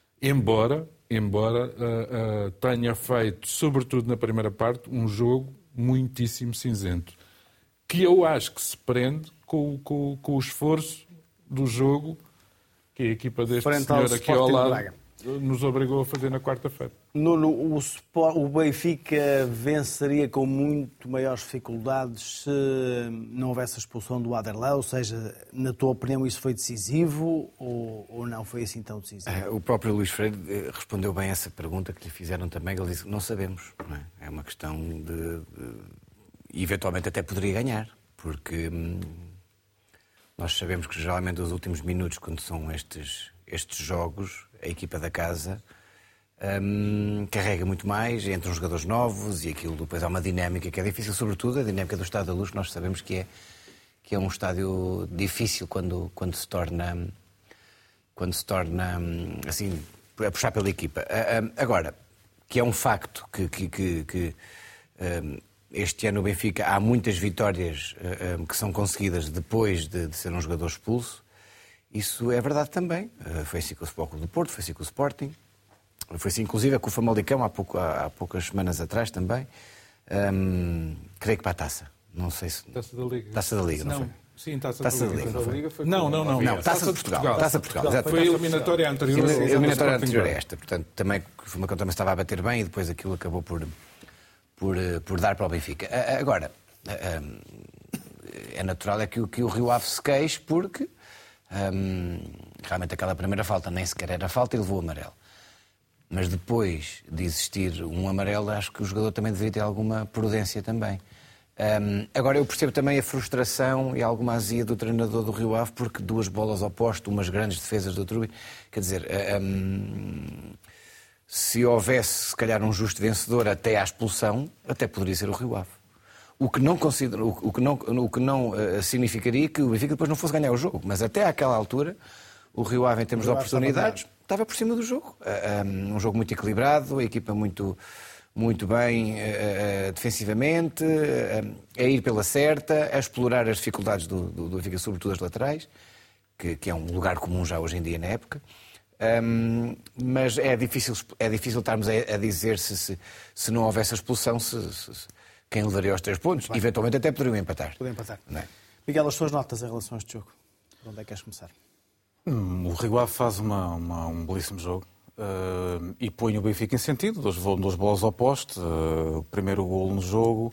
Embora, embora uh, uh, tenha feito, sobretudo na primeira parte, um jogo muitíssimo cinzento. Que eu acho que se prende com, com, com o esforço do jogo que a equipa deste Frente senhor aqui ao lado nos obrigou a fazer na quarta-feira. Nuno, o, o Benfica venceria com muito maiores dificuldades se não houvesse a expulsão do Aderlan? Ou seja, na tua opinião, isso foi decisivo ou, ou não foi assim tão decisivo? O próprio Luís Freire respondeu bem a essa pergunta que lhe fizeram também. Ele disse que não sabemos. Não é? É uma questão de, de eventualmente até poderia ganhar, porque hum, nós sabemos que geralmente nos últimos minutos, quando são estes, estes jogos, a equipa da casa hum, carrega muito mais, entram jogadores novos e aquilo depois há uma dinâmica que é difícil, sobretudo a dinâmica do Estádio da Luz, que nós sabemos que é, que é um estádio difícil quando, quando se torna, quando se torna assim, a puxar pela equipa. Agora, que é um facto que, que, que, que este ano o Benfica há muitas vitórias uh, um, que são conseguidas depois de, de ser um jogador expulso. Isso é verdade também. Uh, foi assim com o Futebol Clube do Porto, foi assim com o Sporting, foi assim inclusive com o Famalicão há, pouco, há, há poucas semanas atrás também. Um, creio que para a Taça. Não sei se... Taça da Liga. Taça da Liga, não, não foi? Sim, Taça, taça da Liga. Liga, não, foi? Liga foi não, não, não, não. Taça, Taça de Portugal. Portugal. Taça de Portugal. Exato. Foi a eliminatória anterior. A eliminatória anterior a esta. Portanto, também o Famalicão também estava a bater bem e depois aquilo acabou por... Por, por dar para o Benfica. Agora, é natural é que, que o Rio Ave se queixe porque um, realmente aquela primeira falta nem sequer era falta e levou o amarelo. Mas depois de existir um amarelo, acho que o jogador também deveria ter alguma prudência também. Um, agora eu percebo também a frustração e alguma azia do treinador do Rio Ave porque duas bolas ao posto, umas grandes defesas do Trubin. Quer dizer... Um, se houvesse, se calhar, um justo vencedor até à expulsão, até poderia ser o Rio Ave. O que não, considera, o que não, o que não uh, significaria que o Benfica depois não fosse ganhar o jogo. Mas até àquela altura, o Rio Ave, em termos de oportunidades, estava por cima do jogo. Uh, um, um jogo muito equilibrado, a equipa muito, muito bem uh, uh, defensivamente, uh, a ir pela certa, a explorar as dificuldades do, do, do Benfica, sobretudo as laterais, que, que é um lugar comum já hoje em dia na época. Um, mas é difícil, é difícil estarmos a, a dizer se, se, se não houvesse a expulsão, se, se, se, quem levaria os três pontos. Bem, eventualmente até poderiam empatar. Poderiam empatar. Não é? Miguel, as suas notas em relação a este jogo? Por onde é que queres começar? Hum, o Rio Ave faz uma, uma, um belíssimo jogo uh, e põe o Benfica em sentido. Duas, duas bolas ao poste, uh, o primeiro golo no jogo.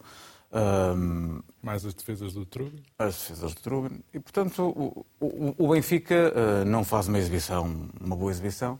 Um, Mais as defesas do Trubin. As defesas do Trubin. E, portanto, o, o, o Benfica uh, não faz uma exibição, uma boa exibição,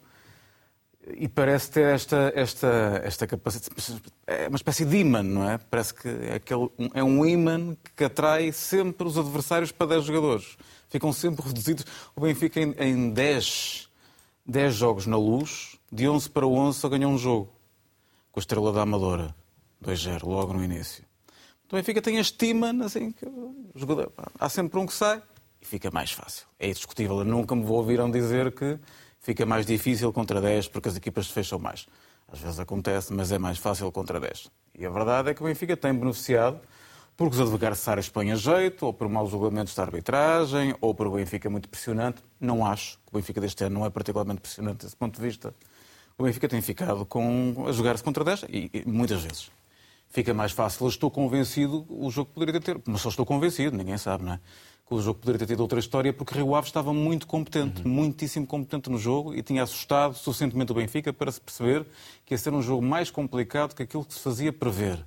e parece ter esta, esta, esta capacidade. É uma espécie de imã, não é? Parece que é, aquele, é um imã que atrai sempre os adversários para dez jogadores. Ficam sempre reduzidos. O Benfica, em, em dez, dez jogos na Luz, de onze para onze, só ganhou um jogo. Com a Estrela da Amadora. dois a zero, logo no início. O Benfica tem este imã, assim, que o jogador, há sempre um que sai e fica mais fácil. É indiscutível. Eu nunca me ouviram dizer que fica mais difícil contra dez porque as equipas se fecham mais. Às vezes acontece, mas é mais fácil contra dez. E a verdade é que o Benfica tem beneficiado porque os adversários põem a jeito, ou por maus julgamentos da arbitragem, ou por o Benfica muito pressionante. Não acho que o Benfica deste ano não é particularmente pressionante desse ponto de vista. O Benfica tem ficado com, a jogar-se contra dez e, e muitas vezes. Fica mais fácil. Eu estou convencido o jogo poderia ter... Mas só estou convencido, ninguém sabe, não é? Que o jogo poderia ter tido outra história porque o Rio Ave estava muito competente, uhum. muitíssimo competente no jogo e tinha assustado suficientemente o Benfica para se perceber que ia ser um jogo mais complicado que aquilo que se fazia prever.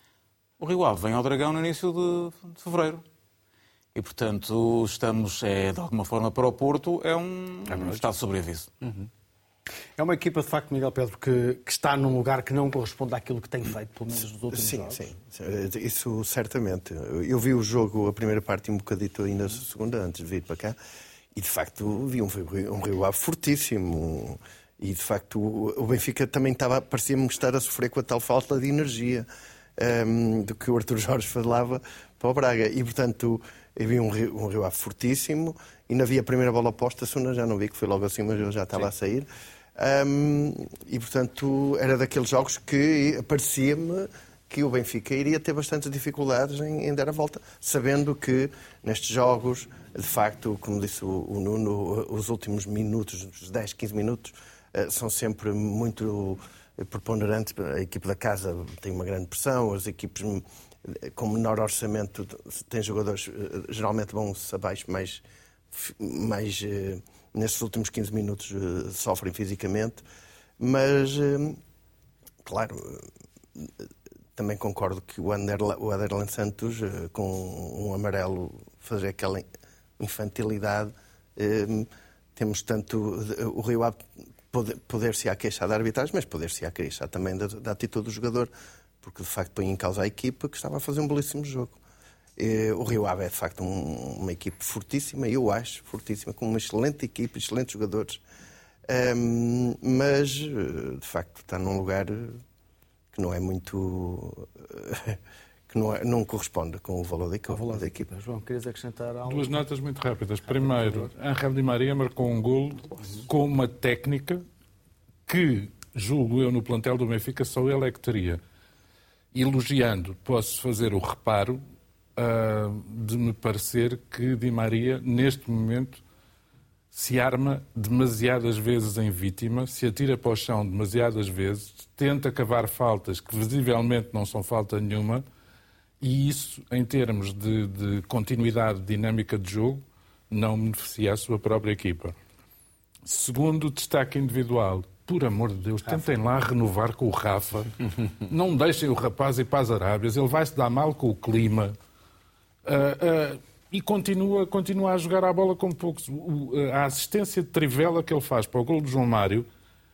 O Rio Ave vem ao Dragão no início de, de fevereiro. E, portanto, estamos, é, de alguma forma, para o Porto, é um, é um estado de sobreaviso. Uhum. É uma equipa, de facto, Miguel Pedro, que, que está num lugar que não corresponde àquilo que tem feito, pelo menos nos últimos sim, jogos. Sim, sim. Isso certamente. Eu vi o jogo, a primeira parte e um bocadito ainda a segunda, antes de vir para cá, e de facto vi um, um Rio Ave fortíssimo. E de facto o Benfica também estava, parecia-me estar a sofrer com a tal falta de energia um, do que o Artur Jorge falava para o Braga. E portanto eu vi um Rio, um Rio Ave fortíssimo. Ainda havia a primeira bola oposta, a segunda já não vi, que foi logo assim, mas eu já estava Sim. a sair. Um, e, portanto, era daqueles jogos que parecia-me que o Benfica iria ter bastantes dificuldades em, em dar a volta, sabendo que nestes jogos, de facto, como disse o, o Nuno, os últimos minutos, os dez, quinze minutos, uh, são sempre muito preponderantes. A equipe da casa tem uma grande pressão, as equipes com menor orçamento têm jogadores geralmente vão-se abaixo mais... mais uh, nestes últimos quinze minutos uh, sofrem fisicamente, mas uh, claro, uh, também concordo que o Aderlan Santos uh, com um amarelo fazer aquela infantilidade, uh, temos tanto uh, o Rio Ave poder, poder-se a queixar da arbitragem, mas poder-se a queixar também da, da atitude do jogador, porque de facto põe em causa a equipa que estava a fazer um belíssimo jogo. O Rio Ave é de facto um, uma equipe fortíssima, eu acho, fortíssima, com uma excelente equipe, excelentes jogadores, um, mas de facto está num lugar que não é muito... que não, é, não corresponde com o valor da equipa. valor da equipa. João, querias acrescentar algo? Duas notas muito rápidas. Primeiro, Ángel Di Maria marcou um golo com uma técnica que, julgo eu, no plantel do Benfica, só ele é que teria. Elogiando, posso fazer o reparo uh, de me parecer que Di Maria, neste momento, se arma demasiadas vezes em vítima, se atira para o chão demasiadas vezes, tenta cavar faltas que visivelmente não são falta nenhuma, e isso, em termos de, de continuidade dinâmica de jogo, não beneficia a sua própria equipa. Segundo, destaque individual. Por amor de Deus, tentem lá renovar com o Rafa. Não deixem o rapaz ir para as Arábias. Ele vai se dar mal com o clima. Uh, uh, e continua, continua a jogar a bola como poucos. O, a assistência de trivela que ele faz para o golo de João Mário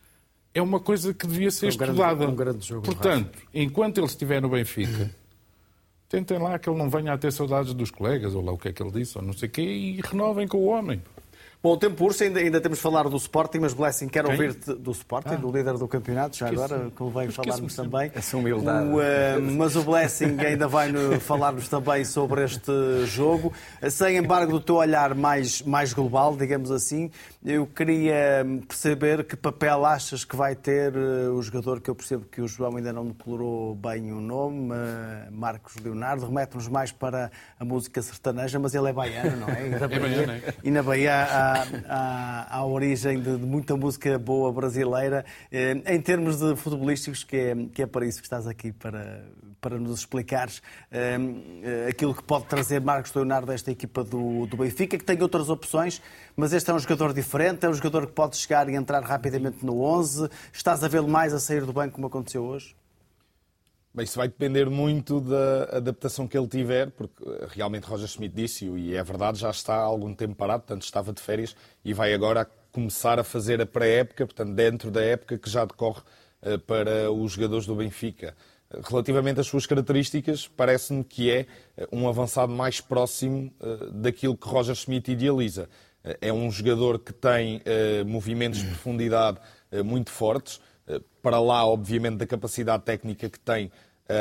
é uma coisa que devia ser um estudada. Grande, um grande jogo. Portanto, enquanto ele estiver no Benfica, tentem lá que ele não venha a ter saudades dos colegas, ou lá o que é que ele disse, ou não sei o quê, e renovem com o homem. Bom, o tempo urso, ainda, ainda temos de falar do Sporting, mas Blessing, quero Quem? ouvir-te do Sporting, ah. do líder do campeonato, já Esqueci. agora, convém falarmos também. Essa humildade. O, uh, mas o Blessing ainda vai falar-nos também sobre este jogo. Sem embargo, do teu olhar mais, mais global, digamos assim, eu queria perceber que papel achas que vai ter uh, o jogador, que eu percebo que o João ainda não declarou bem o nome, uh, Marcos Leonardo, remete-nos mais para a música sertaneja, mas ele é baiano, não é? E na Bahia, é baiano, é? E na Bahia há, há, há origem de, de muita música boa brasileira, eh, em termos de futebolísticos, que é, que é para isso que estás aqui, para, para nos explicares eh, aquilo que pode trazer Marcos Leonardo a esta equipa do, do Benfica, que tem outras opções, mas este é um jogador diferente, é um jogador que pode chegar e entrar rapidamente no onze. Estás a vê-lo mais a sair do banco como aconteceu hoje? Bem, isso vai depender muito da adaptação que ele tiver, porque realmente Roger Schmidt disse-o, e é verdade, já está há algum tempo parado, portanto estava de férias, e vai agora começar a fazer a pré-época, portanto dentro da época que já decorre uh, para os jogadores do Benfica. Relativamente às suas características, parece-me que é um avançado mais próximo uh, daquilo que Roger Schmidt idealiza. Uh, é um jogador que tem uh, movimentos de profundidade uh, muito fortes, uh, para lá, obviamente, da capacidade técnica que tem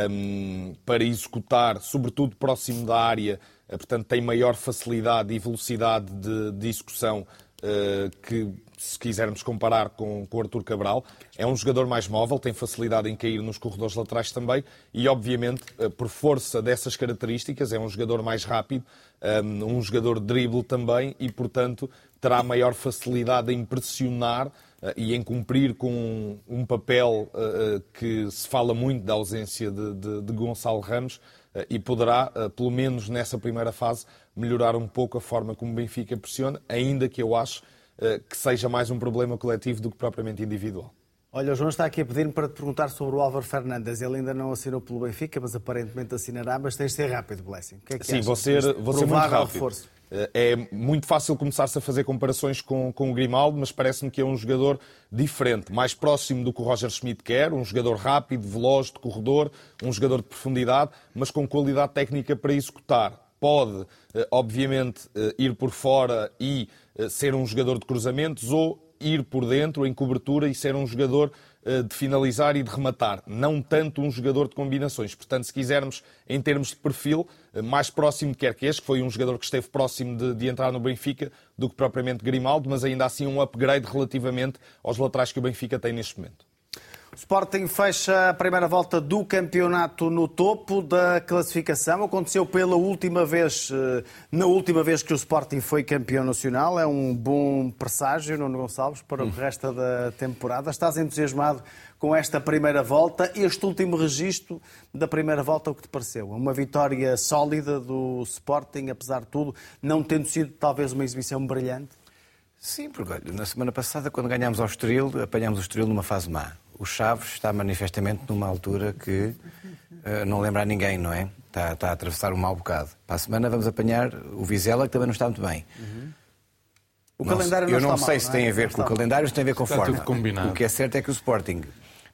um, para executar, sobretudo próximo da área, uh, portanto tem maior facilidade e velocidade de, de execução uh, que, se quisermos comparar com o Artur Cabral. É um jogador mais móvel, tem facilidade em cair nos corredores laterais também e, obviamente, uh, por força dessas características, é um jogador mais rápido, um, um jogador de drible também e, portanto, terá maior facilidade em pressionar Uh, e em cumprir com um, um papel uh, uh, que se fala muito da ausência de, de, de Gonçalo Ramos uh, e poderá, uh, pelo menos nessa primeira fase, melhorar um pouco a forma como o Benfica pressiona, ainda que eu acho uh, que seja mais um problema coletivo do que propriamente individual. Olha, o João está aqui a pedir-me para te perguntar sobre o Álvaro Fernandes. Ele ainda não assinou pelo Benfica, mas aparentemente assinará, mas tens de ser rápido, Blessing. O que é que Sim, achas? vou ser, vou ser muito rápido. Reforço. É muito fácil começar-se a fazer comparações com, com o Grimaldo, mas parece-me que é um jogador diferente, mais próximo do que o Roger Schmidt quer, um jogador rápido, veloz, de corredor, um jogador de profundidade, mas com qualidade técnica para executar. Pode, obviamente, ir por fora e ser um jogador de cruzamentos ou ir por dentro, em cobertura, e ser um jogador de finalizar e de rematar, não tanto um jogador de combinações. Portanto, se quisermos, em termos de perfil, mais próximo de Kerkez, que foi um jogador que esteve próximo de, de entrar no Benfica, do que propriamente Grimaldo, mas ainda assim um upgrade relativamente aos laterais que o Benfica tem neste momento. O Sporting fecha a primeira volta do campeonato no topo da classificação. Aconteceu pela última vez, na última vez que o Sporting foi campeão nacional. É um bom presságio, Nuno Gonçalves, para o que resta da temporada. Estás entusiasmado com esta primeira volta? Este último registro da primeira volta, o que te pareceu? Uma vitória sólida do Sporting, apesar de tudo, não tendo sido talvez uma exibição brilhante? Sim, porque olha, na semana passada, quando ganhámos ao Estoril, apanhámos o Estoril numa fase má. O Chaves está manifestamente numa altura que uh, não lembra a ninguém, não é? Está, está a atravessar um mau bocado. Para a semana vamos apanhar o Vizela, que também não está muito bem. Uhum. O não, calendário não eu está não mal, sei se não tem é? a ver não com o calendário ou se tem a ver com a está forma. Tudo combinado. O que é certo é que o Sporting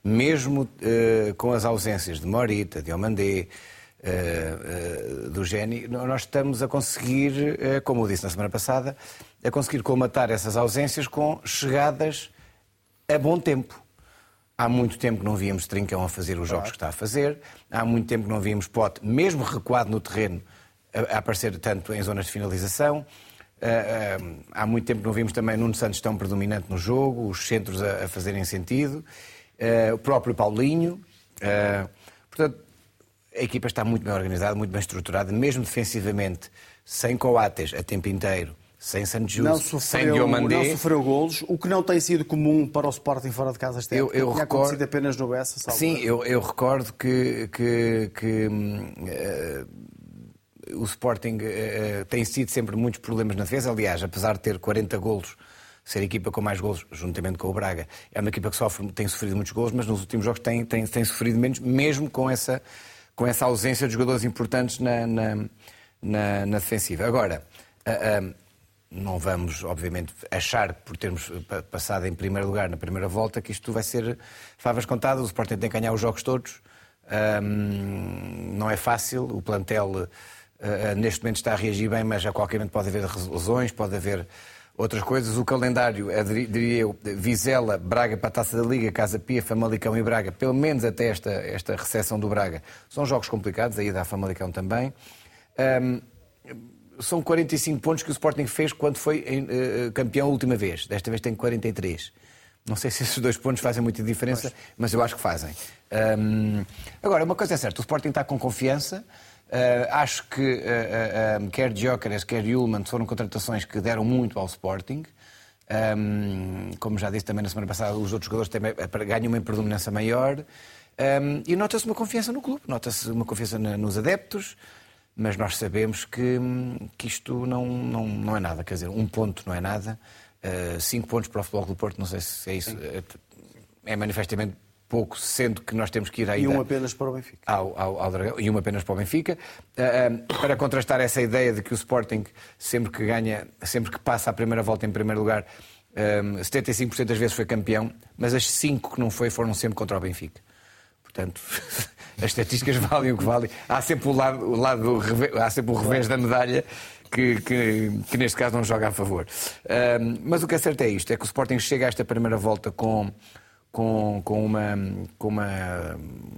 mesmo uh, com as ausências de Morita, de Omandé, uh, uh, do Géni, nós estamos a conseguir, uh, como eu disse na semana passada, a conseguir colmatar essas ausências com chegadas a bom tempo. Há muito tempo que não víamos Trincão a fazer os jogos que está a fazer, há muito tempo que não víamos Pote, mesmo recuado no terreno, a, a aparecer tanto em zonas de finalização. Uh, uh, há muito tempo que não vimos também Nuno Santos tão predominante no jogo, os centros a, a fazerem sentido, uh, o próprio Paulinho. Uh, portanto, a equipa está muito bem organizada, muito bem estruturada, mesmo defensivamente, sem Coates a tempo inteiro, sem Santos Justo, sem Diomandé. Não sofreu golos, o que não tem sido comum para o Sporting fora de casa esta época. Eu, eu tinha recordo, acontecido apenas no Bessa, salvo. Sim, eu, eu recordo que... que, que uh, o Sporting uh, tem tido sempre muitos problemas na defesa. Aliás, apesar de ter quarenta golos, ser a equipa com mais golos, juntamente com o Braga, é uma equipa que sofre, tem sofrido muitos golos, mas nos últimos jogos tem, tem, tem sofrido menos, mesmo com essa, com essa ausência de jogadores importantes na, na, na, na defensiva. Agora, uh, uh, não vamos, obviamente, achar que por termos passado em primeiro lugar na primeira volta, que isto vai ser favas contadas. O Sporting tem que ganhar os jogos todos. Um, não é fácil, o plantel... Uh, neste momento está a reagir bem, mas a qualquer momento pode haver lesões, pode haver outras coisas. O calendário, diria eu, Vizela, Braga para a Taça da Liga, Casa Pia, Famalicão e Braga, pelo menos até esta, esta recepção do Braga, são jogos complicados, a ida a Famalicão também. Um, são quarenta e cinco pontos que o Sporting fez quando foi uh, campeão a última vez. Desta vez tem quarenta e três. Não sei se esses dois pontos fazem muita diferença, mas, mas eu acho que fazem. Um, agora, uma coisa é certa, o Sporting está com confiança. Uh, acho que uh, uh, um, quer Gyökeres, quer Hjulmand foram contratações que deram muito ao Sporting. Um, como já disse também na semana passada, os outros jogadores também ganham uma predominância maior. Um, e nota-se uma confiança no clube, nota-se uma confiança na, nos adeptos, mas nós sabemos que, que isto não, não, não é nada. Quer dizer, um ponto não é nada. Uh, cinco pontos para o Futebol Clube do Porto, não sei se é isso. É, é manifestamente pouco, sendo que nós temos que ir à E um apenas para o Benfica. Ao, ao, ao Dragão, e um apenas para o Benfica. Uh, uh, para contrastar essa ideia de que o Sporting, sempre que ganha, sempre que passa a primeira volta em primeiro lugar, um, setenta e cinco por cento das vezes foi campeão, mas as cinco que não foi foram sempre contra o Benfica. Portanto, as estatísticas valem o que valem. Há sempre o lado, o lado há sempre o revés da medalha que, que, que neste caso não joga a favor. Uh, mas o que é certo é isto, é que o Sporting chega a esta primeira volta com Com, com, uma, com uma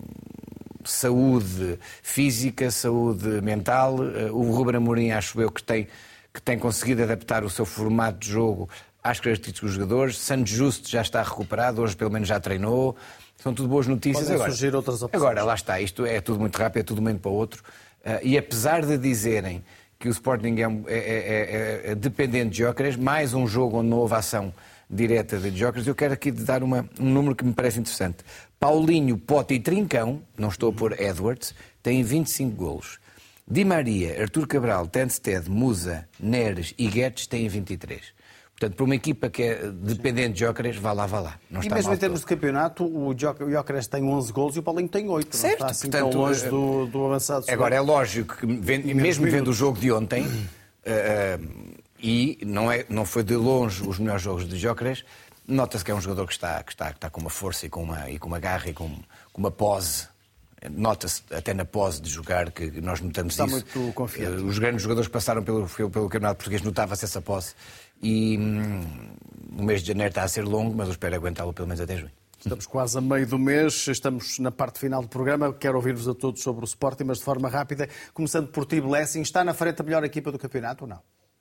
saúde física, saúde mental. O Ruben Amorim, acho eu, que tem, que tem conseguido adaptar o seu formato de jogo às características dos jogadores. Santos Justo já está recuperado, hoje pelo menos já treinou. São tudo boas notícias. Podem agora, surgir outras opções. Agora, lá está, isto é tudo muito rápido, é tudo de um momento para o outro. E apesar de dizerem que o Sporting é, é, é, é dependente de Gyökeres, mais um jogo onde não houve ação direta de Gyökeres, eu quero aqui dar uma, um número que me parece interessante. Paulinho, Pote e Trincão, não estou a pôr Edwards, têm vinte e cinco golos. Di Maria, Artur Cabral, Tenstedt, Musa, Neres e Guedes têm vinte e três. Portanto, para uma equipa que é dependente de Gyökeres, vá lá, vá lá. Não e está mesmo mal em termos todo. de campeonato, o Gyökeres tem onze golos e o Paulinho tem oito. Certo, não está assim portanto, tão longe do, do avançado. Agora, é lógico que, mesmo vendo o jogo de ontem, uh, e não, é, não foi de longe os melhores jogos de Gyökeres, nota-se que é um jogador que está, que está, que está com uma força e com uma, e com uma garra e com, com uma pose. Nota-se até na pose de jogar que nós notamos está isso. Está muito confiante. Os grandes jogadores que passaram pelo, pelo, pelo Campeonato Português, notava-se essa pose. E hum, o mês de janeiro está a ser longo, mas eu espero aguentá-lo pelo menos até junho. Estamos quase a meio do mês, estamos na parte final do programa. Quero ouvir-vos a todos sobre o Sporting, mas de forma rápida, começando por ti, Blessing. Está na frente a melhor equipa do campeonato ou não?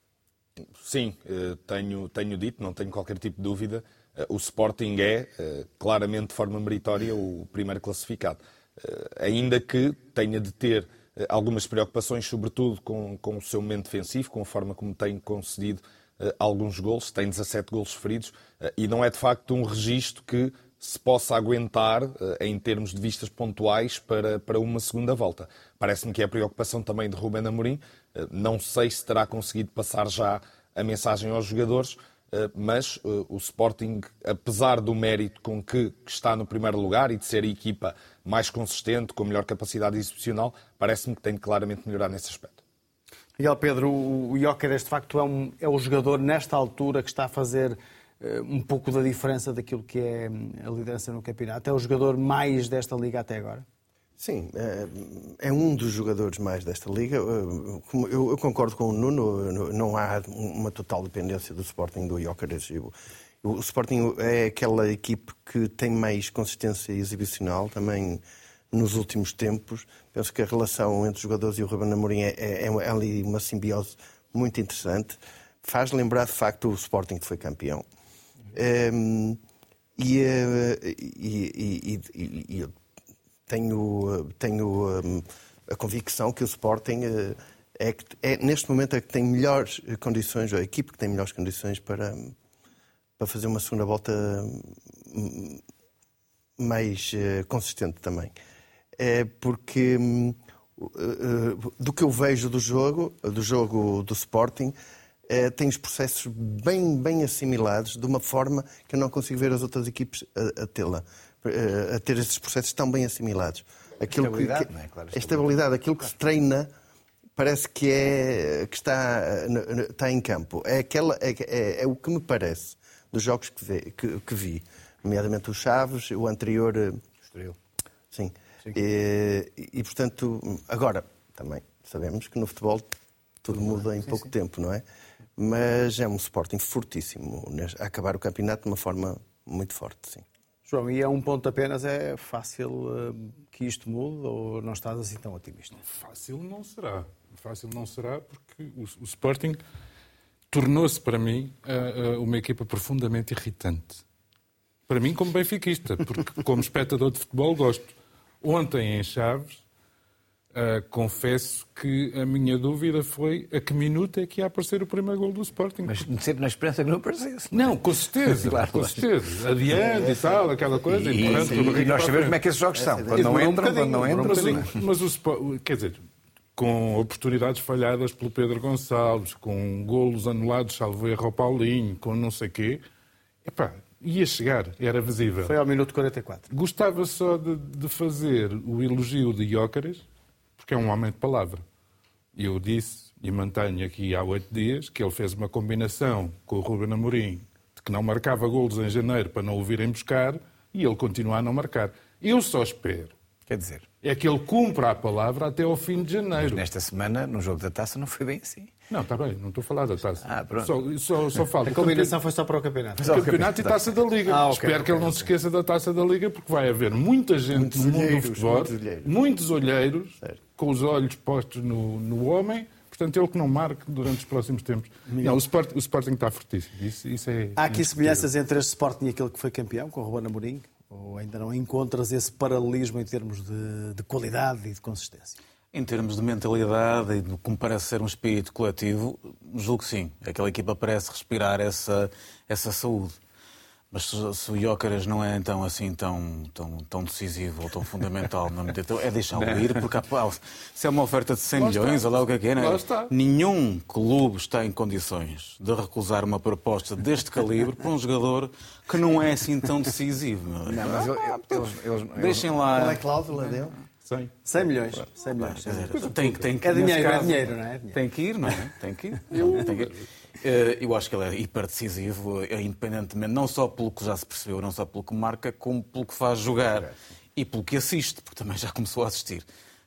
Sim, tenho, tenho dito, não tenho qualquer tipo de dúvida. O Sporting é, claramente de forma meritória, o primeiro classificado. Ainda que tenha de ter algumas preocupações, sobretudo com, com o seu momento defensivo, com a forma como tem concedido alguns golos, tem dezassete golos sofridos, e não é de facto um registro que se possa aguentar em termos de vistas pontuais para, para uma segunda volta. Parece-me que é a preocupação também de Ruben Amorim. Não sei se terá conseguido passar já a mensagem aos jogadores, mas o Sporting, apesar do mérito com que está no primeiro lugar e de ser a equipa mais consistente, com melhor capacidade exibicional, parece-me que tem de claramente melhorar nesse aspecto. Miguel Pedro, o Gyökeres de facto é, um, é o jogador nesta altura que está a fazer um pouco da diferença daquilo que é a liderança no campeonato? É o jogador mais desta Liga até agora? Sim, é um dos jogadores mais desta Liga. Eu concordo com o Nuno, não há uma total dependência do Sporting do Gyökeres. O Sporting é aquela equipe que tem mais consistência exibicional também nos últimos tempos. Penso que a relação entre os jogadores e o Ruben Amorim é, é, é ali uma simbiose muito interessante. Faz lembrar, de facto, o Sporting que foi campeão. Um, e, e, e, e, e eu tenho, tenho um, a convicção que o Sporting é, é, neste momento, é que tem melhores condições, ou a equipe que tem melhores condições para, para fazer uma segunda volta mais uh, consistente também. É porque uh, uh, do que eu vejo do jogo, do jogo do Sporting, Uh, tem os processos bem, bem assimilados de uma forma que eu não consigo ver as outras equipes a, a tê-la, uh, a ter esses processos tão bem assimilados. Aquilo que, que, não é? Claro, a estabilidade, aquilo que se treina, parece que, é, que está, está em campo. É, aquela, é, é, é o que me parece dos jogos que, vê, que, que vi, nomeadamente o Chaves, o anterior... Estoril. Sim. Sim. E, e, portanto, agora, também sabemos que no futebol tudo muda em sim, pouco sim. tempo, não é? Mas é um Sporting fortíssimo a acabar o campeonato de uma forma muito forte, sim. João, e a um ponto apenas é fácil uh, que isto mude ou não estás assim tão otimista? Fácil não será. Fácil não será porque o, o Sporting tornou-se para mim uh, uh, uma equipa profundamente irritante. Para mim como benfiquista, porque como espectador de futebol gosto. Ontem em Chaves, Uh, confesso que a minha dúvida foi a que minuto é que ia aparecer o primeiro gol do Sporting. Mas sempre na esperança que não aparecesse. Não, não com certeza, claro, com certeza. Adiante e tal, aquela coisa. E, e, e, e nós sabemos como é que esses jogos são. Quando não entram, quando não entram. Mas, mas o Sporting, quer dizer, com oportunidades falhadas pelo Pedro Gonçalves, com golos anulados, salvo erro ao Paulinho, com não sei quê, epá, ia chegar, era visível. Foi ao minuto quarenta e quatro. Gostava só de, de fazer o elogio de Gyökeres, porque é um homem de palavra. E eu disse, e mantenho aqui há oito dias, que ele fez uma combinação com o Ruben Amorim, de que não marcava golos em janeiro para não o virem buscar, e ele continua a não marcar. Eu só espero, quer dizer, é que ele cumpra a palavra até ao fim de janeiro. Mas nesta semana, no jogo da Taça, não foi bem assim. Não, está bem, não estou a falar da Taça. Ah, pronto. Só, só, só falo. A combinação foi só para o campeonato. O campeonato e Taça da Liga. Ah, okay, Espero okay, que ele não okay. se esqueça da Taça da Liga, porque vai haver muita gente muitos no mundo do futebol, muitos olheiros, muitos olheiros com os olhos postos no, no homem, portanto, ele que não marque durante os próximos tempos. Não, o, Sport, o Sporting está fortíssimo. Isso, isso é Há aqui semelhanças entre este Sporting e aquele que foi campeão, com o Ruben Amorim? Ou ainda não encontras esse paralelismo em termos de, de qualidade e de consistência? Em termos de mentalidade e de como parece ser um espírito coletivo, julgo que sim. Aquela equipa parece respirar essa, essa saúde. Mas se, se o Gyökeres não é então assim tão, tão, tão decisivo ou tão fundamental na medida, é deixá-lo ir, porque pá, se é uma oferta de cem milhões, ou lá o que é que é, não é? Nenhum clube está em condições de recusar uma proposta deste calibre para um jogador que não é assim tão decisivo. Não, não mas eu, eu, eles, eles, deixem lá. Qual é a cláusula dele? cem milhões. cem milhões. Tem, tem que, é dinheiro, caso, é dinheiro, não é? é dinheiro. Tem que ir, não é? Tem que ir. Eu, tem que ir. Eu acho que ele é hiper decisivo, independentemente, não só pelo que já se percebeu, não só pelo que marca, como pelo que faz jogar e pelo que assiste, porque também já começou a assistir.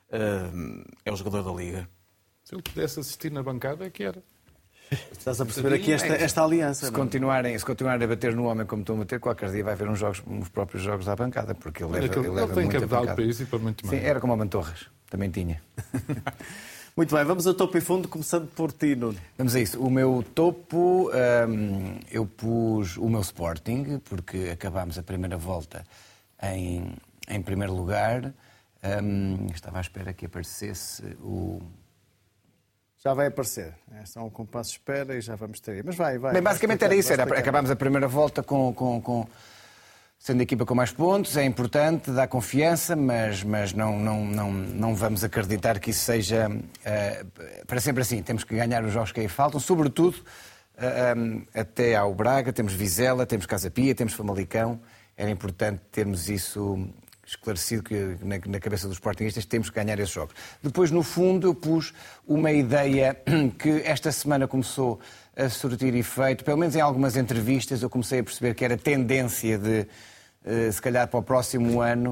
É o jogador da Liga. Se ele pudesse assistir na bancada, é que era. Estás a perceber aqui esta, esta aliança. Se continuarem, se continuarem a bater no homem como estão a bater, qualquer dia vai haver uns, jogos, uns próprios jogos à bancada, porque ele leva, ele, ele leva ele muita tem capital para isso e para muito mais. Sim, era como o Mantorras, também tinha. Muito bem, vamos a topo e fundo, começando por ti, Nuno. Vamos a isso. O meu topo, hum, eu pus o meu Sporting, porque acabámos a primeira volta em, em primeiro lugar. Hum, estava à espera que aparecesse o... Já vai aparecer. É só um compasso de espera e já vamos ter. Mas vai, vai. Bem, basicamente era isso. Era, acabámos a primeira volta com, com, com... sendo a equipa com mais pontos. É importante, dá confiança, mas, mas não, não, não, não vamos acreditar que isso seja uh, para sempre assim. Temos que ganhar os jogos que aí faltam. Sobretudo, uh, um, até ao Braga, temos Vizela, temos Casa Pia, temos Famalicão. Era importante termos isso esclarecido que na, na cabeça dos sportinguistas temos que ganhar esses jogos. Depois, no fundo, eu pus uma ideia que esta semana começou a surtir efeito, pelo menos em algumas entrevistas eu comecei a perceber que era tendência de, se calhar para o próximo ano,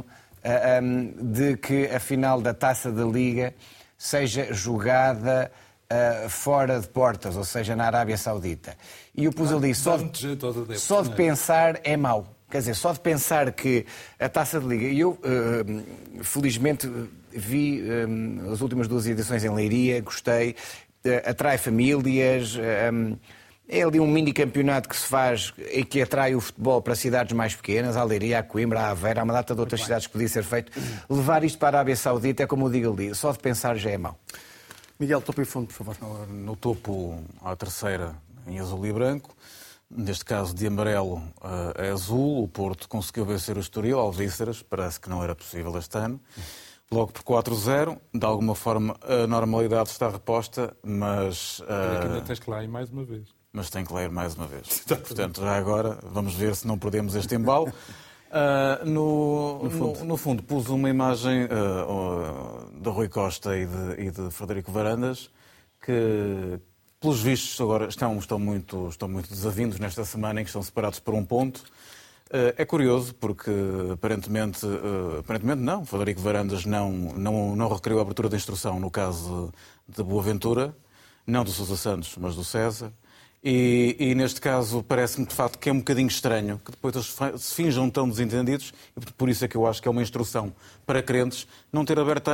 de que a final da Taça da Liga seja jogada fora de portas, ou seja, na Arábia Saudita. E eu pus ali, só de, só de pensar é mau. Quer dizer, só de pensar que a Taça de Liga... E eu, uh, felizmente, vi um, as últimas duas edições em Leiria, gostei, uh, atrai famílias, um, é ali um mini-campeonato que se faz e que atrai o futebol para cidades mais pequenas, a Leiria, a Coimbra, a Aveiro, há uma data de outras Muito cidades bem. Que podia ser feito. Levar isto para a Arábia Saudita é como eu digo ali, só de pensar já é mau. Miguel, topo e fundo, por favor. No topo, à terceira, em azul e branco. Neste caso, de amarelo a azul, o Porto conseguiu vencer o Estoril, Alvíceras, parece que não era possível este ano. Logo por quatro a zero, de alguma forma a normalidade está reposta, mas... Uh... ainda tens que lá ir mais uma vez. Mas tem que ler mais uma vez. Portanto, já agora, vamos ver se não perdemos este embalo. Uh, no, no, fundo. No, no fundo, pus uma imagem uh, uh, de Rui Costa e de, e de Frederico Varandas, que... Pelos vistos, agora estão, estão, muito, estão muito desavindos nesta semana em que estão separados por um ponto. É curioso porque, aparentemente, aparentemente não, Frederico Varandas não, não, não requeriu a abertura da instrução no caso de Boaventura, não do Sousa Santos, mas do César. E, e neste caso parece-me de facto que é um bocadinho estranho que depois eles se finjam tão desentendidos, e por isso é que eu acho que é uma instrução para crentes não ter, aberto,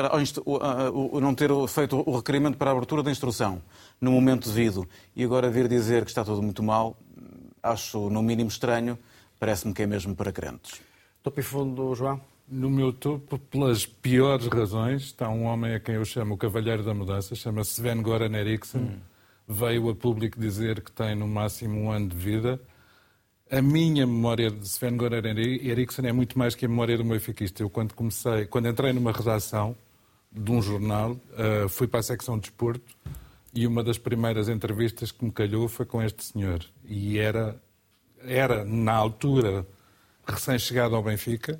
não ter feito o requerimento para a abertura da instrução no momento devido e agora vir dizer que está tudo muito mal, acho no mínimo estranho, parece-me que é mesmo para crentes. Topo e fundo, João? No meu topo, pelas piores razões, está um homem a quem eu chamo o Cavalheiro da Mudança, chama-se Sven-Goran Eriksson. Hum. Veio a público dizer que tem no máximo um ano de vida. A minha memória de Sven-Goran Eriksson é muito mais que a memória do meu benfiquista. Eu, quando comecei, quando entrei numa redação de um jornal, uh, fui para a secção de desporto e uma das primeiras entrevistas que me calhou foi com este senhor. E era, era na altura, recém-chegado ao Benfica,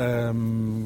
um,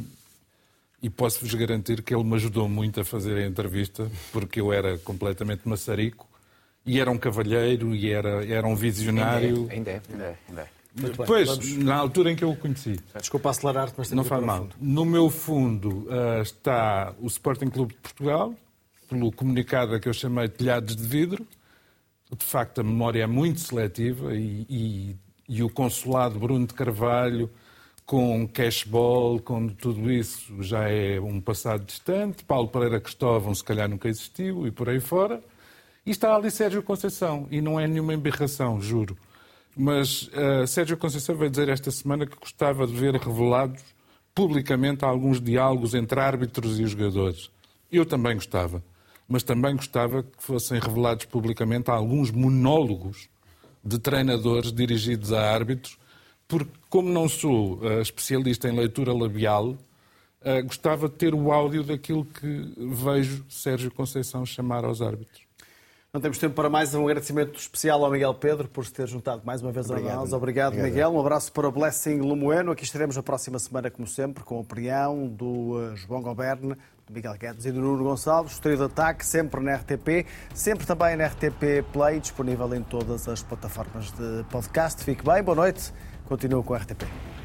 e posso-vos garantir que ele me ajudou muito a fazer a entrevista, porque eu era completamente maçarico. E era um cavalheiro, e era, era um visionário. Ainda é, ainda é. Ainda é. Depois, Vamos... na altura em que eu o conheci. Desculpa acelerar-te, mas... Não faz mal. No meu fundo uh, está o Sporting Clube de Portugal, pelo comunicado a que eu chamei Telhados de Vidro. De facto, a memória é muito seletiva e, e, e o consulado Bruno de Carvalho, com cashball, com tudo isso, já é um passado distante. Paulo Pereira Cristóvão, se calhar, nunca existiu, e por aí fora. E está ali Sérgio Conceição, e não é nenhuma embirração, juro. Mas uh, Sérgio Conceição veio dizer esta semana que gostava de ver revelados publicamente alguns diálogos entre árbitros e jogadores. Eu também gostava, mas também gostava que fossem revelados publicamente alguns monólogos de treinadores dirigidos a árbitros, porque, como não sou uh, especialista em leitura labial, uh, gostava de ter o áudio daquilo que vejo Sérgio Conceição chamar aos árbitros. Não temos tempo para mais. Um agradecimento especial ao Miguel Pedro por se ter juntado mais uma vez a nós. Obrigado, Obrigado, Miguel. Um abraço para o Blessing Lemoeno. Aqui estaremos na próxima semana, como sempre, com a opinião do João Goberne, do Miguel Guedes e do Nuno Gonçalves. Trio de Ataque, sempre na R T P, sempre também na R T P Play, disponível em todas as plataformas de podcast. Fique bem, boa noite. Continuo com a R T P.